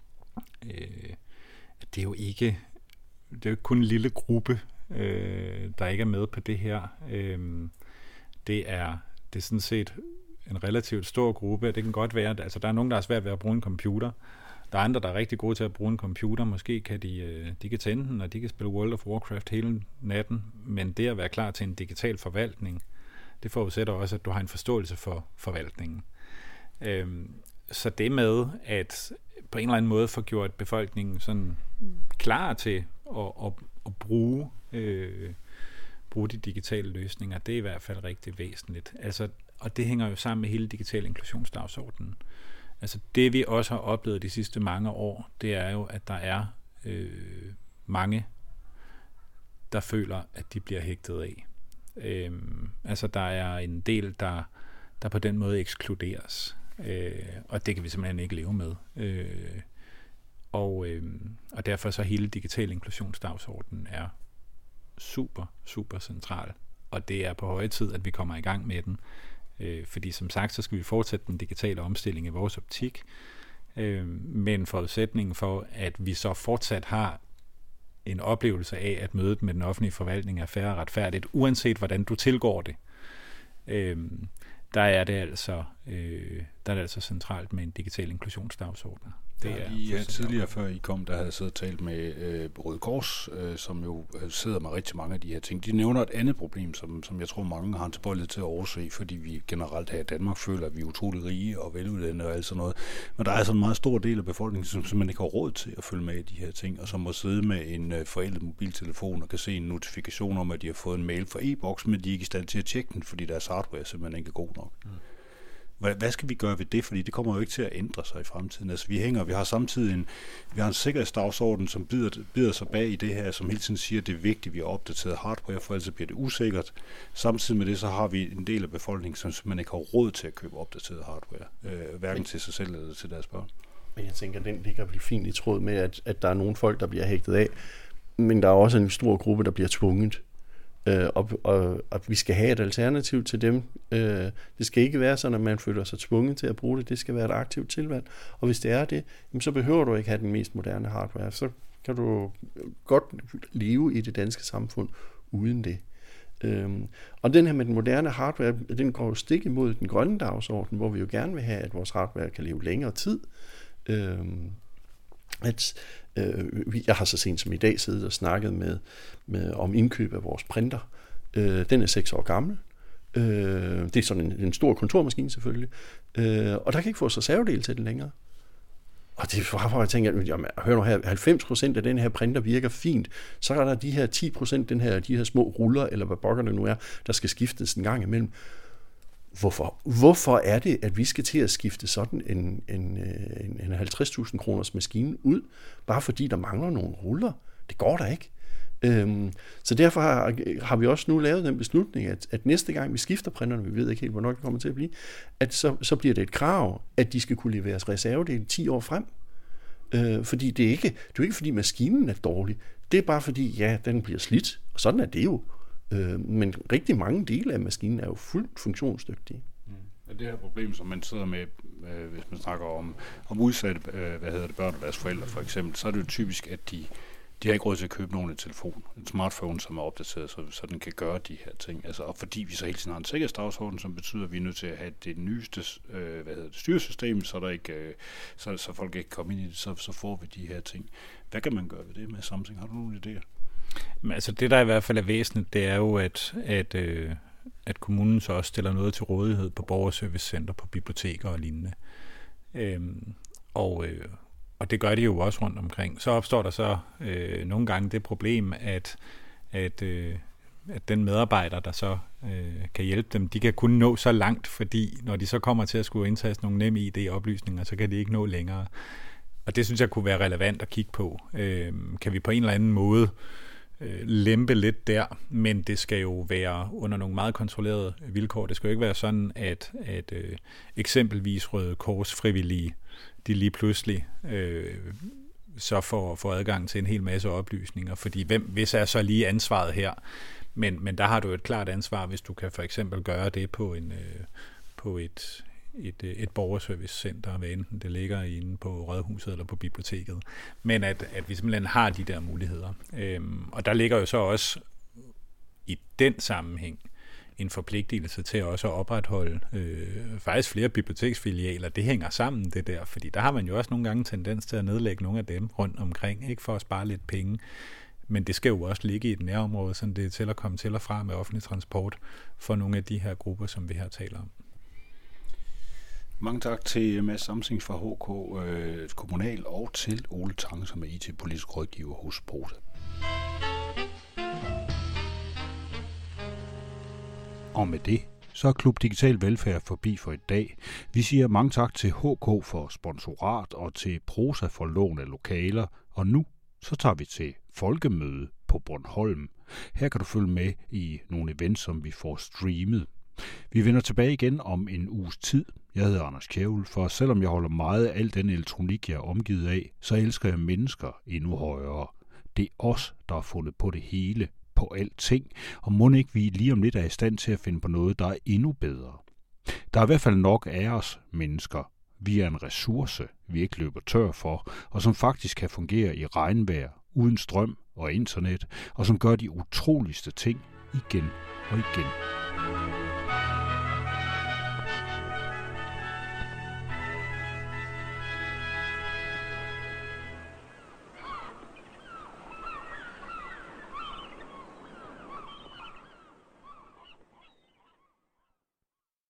det er jo ikke kun en lille gruppe, der ikke er med på det her. Det er sådan set en relativt stor gruppe. Det kan godt være, at der er nogen, der er svært ved at bruge en computer. Der er andre, der er rigtig gode til at bruge en computer. Måske kan de kan tænde den, og de kan spille World of Warcraft hele natten. Men det at være klar til en digital forvaltning, det forudsætter også, at du har en forståelse for forvaltningen. Så det med at på en eller anden måde få gjort befolkningen sådan klar til at bruge de digitale løsninger, det er i hvert fald rigtig væsentligt. Og det hænger jo sammen med hele digital inklusionsdagsordenen. Altså det vi også har oplevet de sidste mange år, det er jo, at der er mange, der føler, at de bliver hægtet af. Der er en del, der på den måde ekskluderes. Og det kan vi simpelthen ikke leve med. Og derfor så hele digital inklusionsdagsordenen er super, super central. Og det er på høje tid, at vi kommer i gang med den. Fordi som sagt, så skal vi fortsætte den digitale omstilling i vores optik. Men forudsætningen for, at vi så fortsat har en oplevelse af, at mødet med den offentlige forvaltning er fair og retfærdigt, uanset hvordan du tilgår det, der er det altså centralt med en digital inklusionsdagsorden. Det er lige tidligere, før I kom, der havde siddet og talt med Røde Kors, som jo sidder med rigtig mange af de her ting. De nævner et andet problem, som jeg tror mange har en tilbøjelighed til at overse, fordi vi generelt her i Danmark føler, at vi er utroligt rige og veluddannede og alt sådan noget. Men der er altså en meget stor del af befolkningen, som simpelthen ikke har råd til at følge med i de her ting, og som må sidde med en forældet mobiltelefon og kan se en notifikation om, at de har fået en mail fra e-boks, men de er ikke i stand til at tjekke den, fordi deres hardware simpelthen ikke er god nok. Hvad skal vi gøre ved det? Fordi det kommer jo ikke til at ændre sig i fremtiden. Altså vi har samtidig en sikkerhedsdagsorden, som bider sig bag i det her, som hele tiden siger, at det er vigtigt, at vi har opdateret hardware, for ellers bliver det usikkert. Samtidig med det, så har vi en del af befolkningen, som simpelthen ikke har råd til at købe opdateret hardware, hverken til sig selv eller til deres børn. Men jeg tænker, den ligger vel fint i tråd med, at der er nogle folk, der bliver hægtet af, men der er også en stor gruppe, der bliver tvunget. Og vi skal have et alternativ til dem. Det skal ikke være sådan, at man føler sig tvunget til at bruge det. Det skal være et aktivt tilvalg. Og hvis det er det, så behøver du ikke have den mest moderne hardware. Så kan du godt leve i det danske samfund uden det. Og den her med den moderne hardware, den går jo stik imod den grønne dagsorden, hvor vi jo gerne vil have, at vores hardware kan leve længere tid. Jeg har så sent som i dag siddet og snakket om indkøb af vores printer. Den er 6 år gammel. Det er sådan en stor kontormaskine selvfølgelig. Og der kan ikke få reservedele til den længere. Og det er bare for at tænke, jamen, hør nu her, 90% af den her printer virker fint. Så er der de her 10%, de her små ruller, eller hvad bokkerne nu er, der skal skiftes en gang imellem. Hvorfor er det, at vi skal til at skifte sådan en 50.000 kroners maskine ud, bare fordi der mangler nogle ruller? Det går da ikke. Så derfor har vi også nu lavet den beslutning, at næste gang vi skifter printerne, vi ved ikke helt, hvornår det kommer til at blive, at så bliver det et krav, at de skal kunne leveres reservedele 10 år frem. Fordi det er jo ikke fordi maskinen er dårlig, det er bare fordi, ja, den bliver slidt, og sådan er det jo. Men rigtig mange dele af maskinen er jo fuldt funktionsdygtige. Det her problem, som man sidder med, hvis man snakker om udsatte børn og deres forældre for eksempel, så er det jo typisk, at de har ikke råd til at købe nogen en telefon, en smartphone, som er opdateret, så den kan gøre de her ting. Altså, og fordi vi så hele tiden har en sikkerhedsdagsorden, som betyder, at vi er nødt til at have det nyeste styresystem, så der ikke, så folk ikke kommer ind i det, så får vi de her ting. Hvad kan man gøre ved det med Samsung? Har du nogle idéer? Men altså det, der i hvert fald er væsentligt, det er jo, at kommunen så også stiller noget til rådighed på borgerservicecenter, på biblioteker og lignende. Og det gør de jo også rundt omkring. Så opstår der så nogle gange det problem, at den medarbejder, der så kan hjælpe dem, de kan kun nå så langt, fordi når de så kommer til at skulle indtaste nogle nemme ID-oplysninger, så kan de ikke nå længere. Og det synes jeg kunne være relevant at kigge på. Kan vi på en eller anden måde lempe lidt der, men det skal jo være under nogle meget kontrollerede vilkår. Det skal jo ikke være sådan, at eksempelvis Røde Kors frivillige, de lige pludselig så får adgang til en hel masse oplysninger, fordi hvis er så lige ansvaret her, men der har du et klart ansvar, hvis du kan for eksempel gøre det på et borgerservicecenter, hvad enten det ligger inde på Rådhuset eller på biblioteket, men at vi simpelthen har de der muligheder. Og der ligger jo så også i den sammenhæng en forpligtelse til også at opretholde faktisk flere biblioteksfilialer. Det hænger sammen, det der, fordi der har man jo også nogle gange tendens til at nedlægge nogle af dem rundt omkring, ikke for at spare lidt penge, men det skal jo også ligge i et nærområde, så det er til at komme til og fra med offentlig transport for nogle af de her grupper, som vi her taler om. Mange tak til Mads Samsing fra HK Kommunal og til Ole Tange, som er IT-politisk rådgiver hos Prosa. Og med det, så er Klub Digital Velfærd forbi for i dag. Vi siger mange tak til HK for sponsorat og til Prosa for lån af lokaler. Og nu, så tager vi til folkemøde på Bornholm. Her kan du følge med i nogle events, som vi får streamet. Vi vender tilbage igen om en uges tid. Jeg hedder Anders Kjævel, for selvom jeg holder meget af al den elektronik, jeg er omgivet af, så elsker jeg mennesker endnu højere. Det er os, der har fundet på det hele, på alting, og må ikke vi lige om lidt er i stand til at finde på noget, der er endnu bedre. Der er i hvert fald nok af os mennesker. Vi er en ressource, vi ikke løber tør for, og som faktisk kan fungere i regnvejr, uden strøm og internet, og som gør de utroligste ting igen og igen.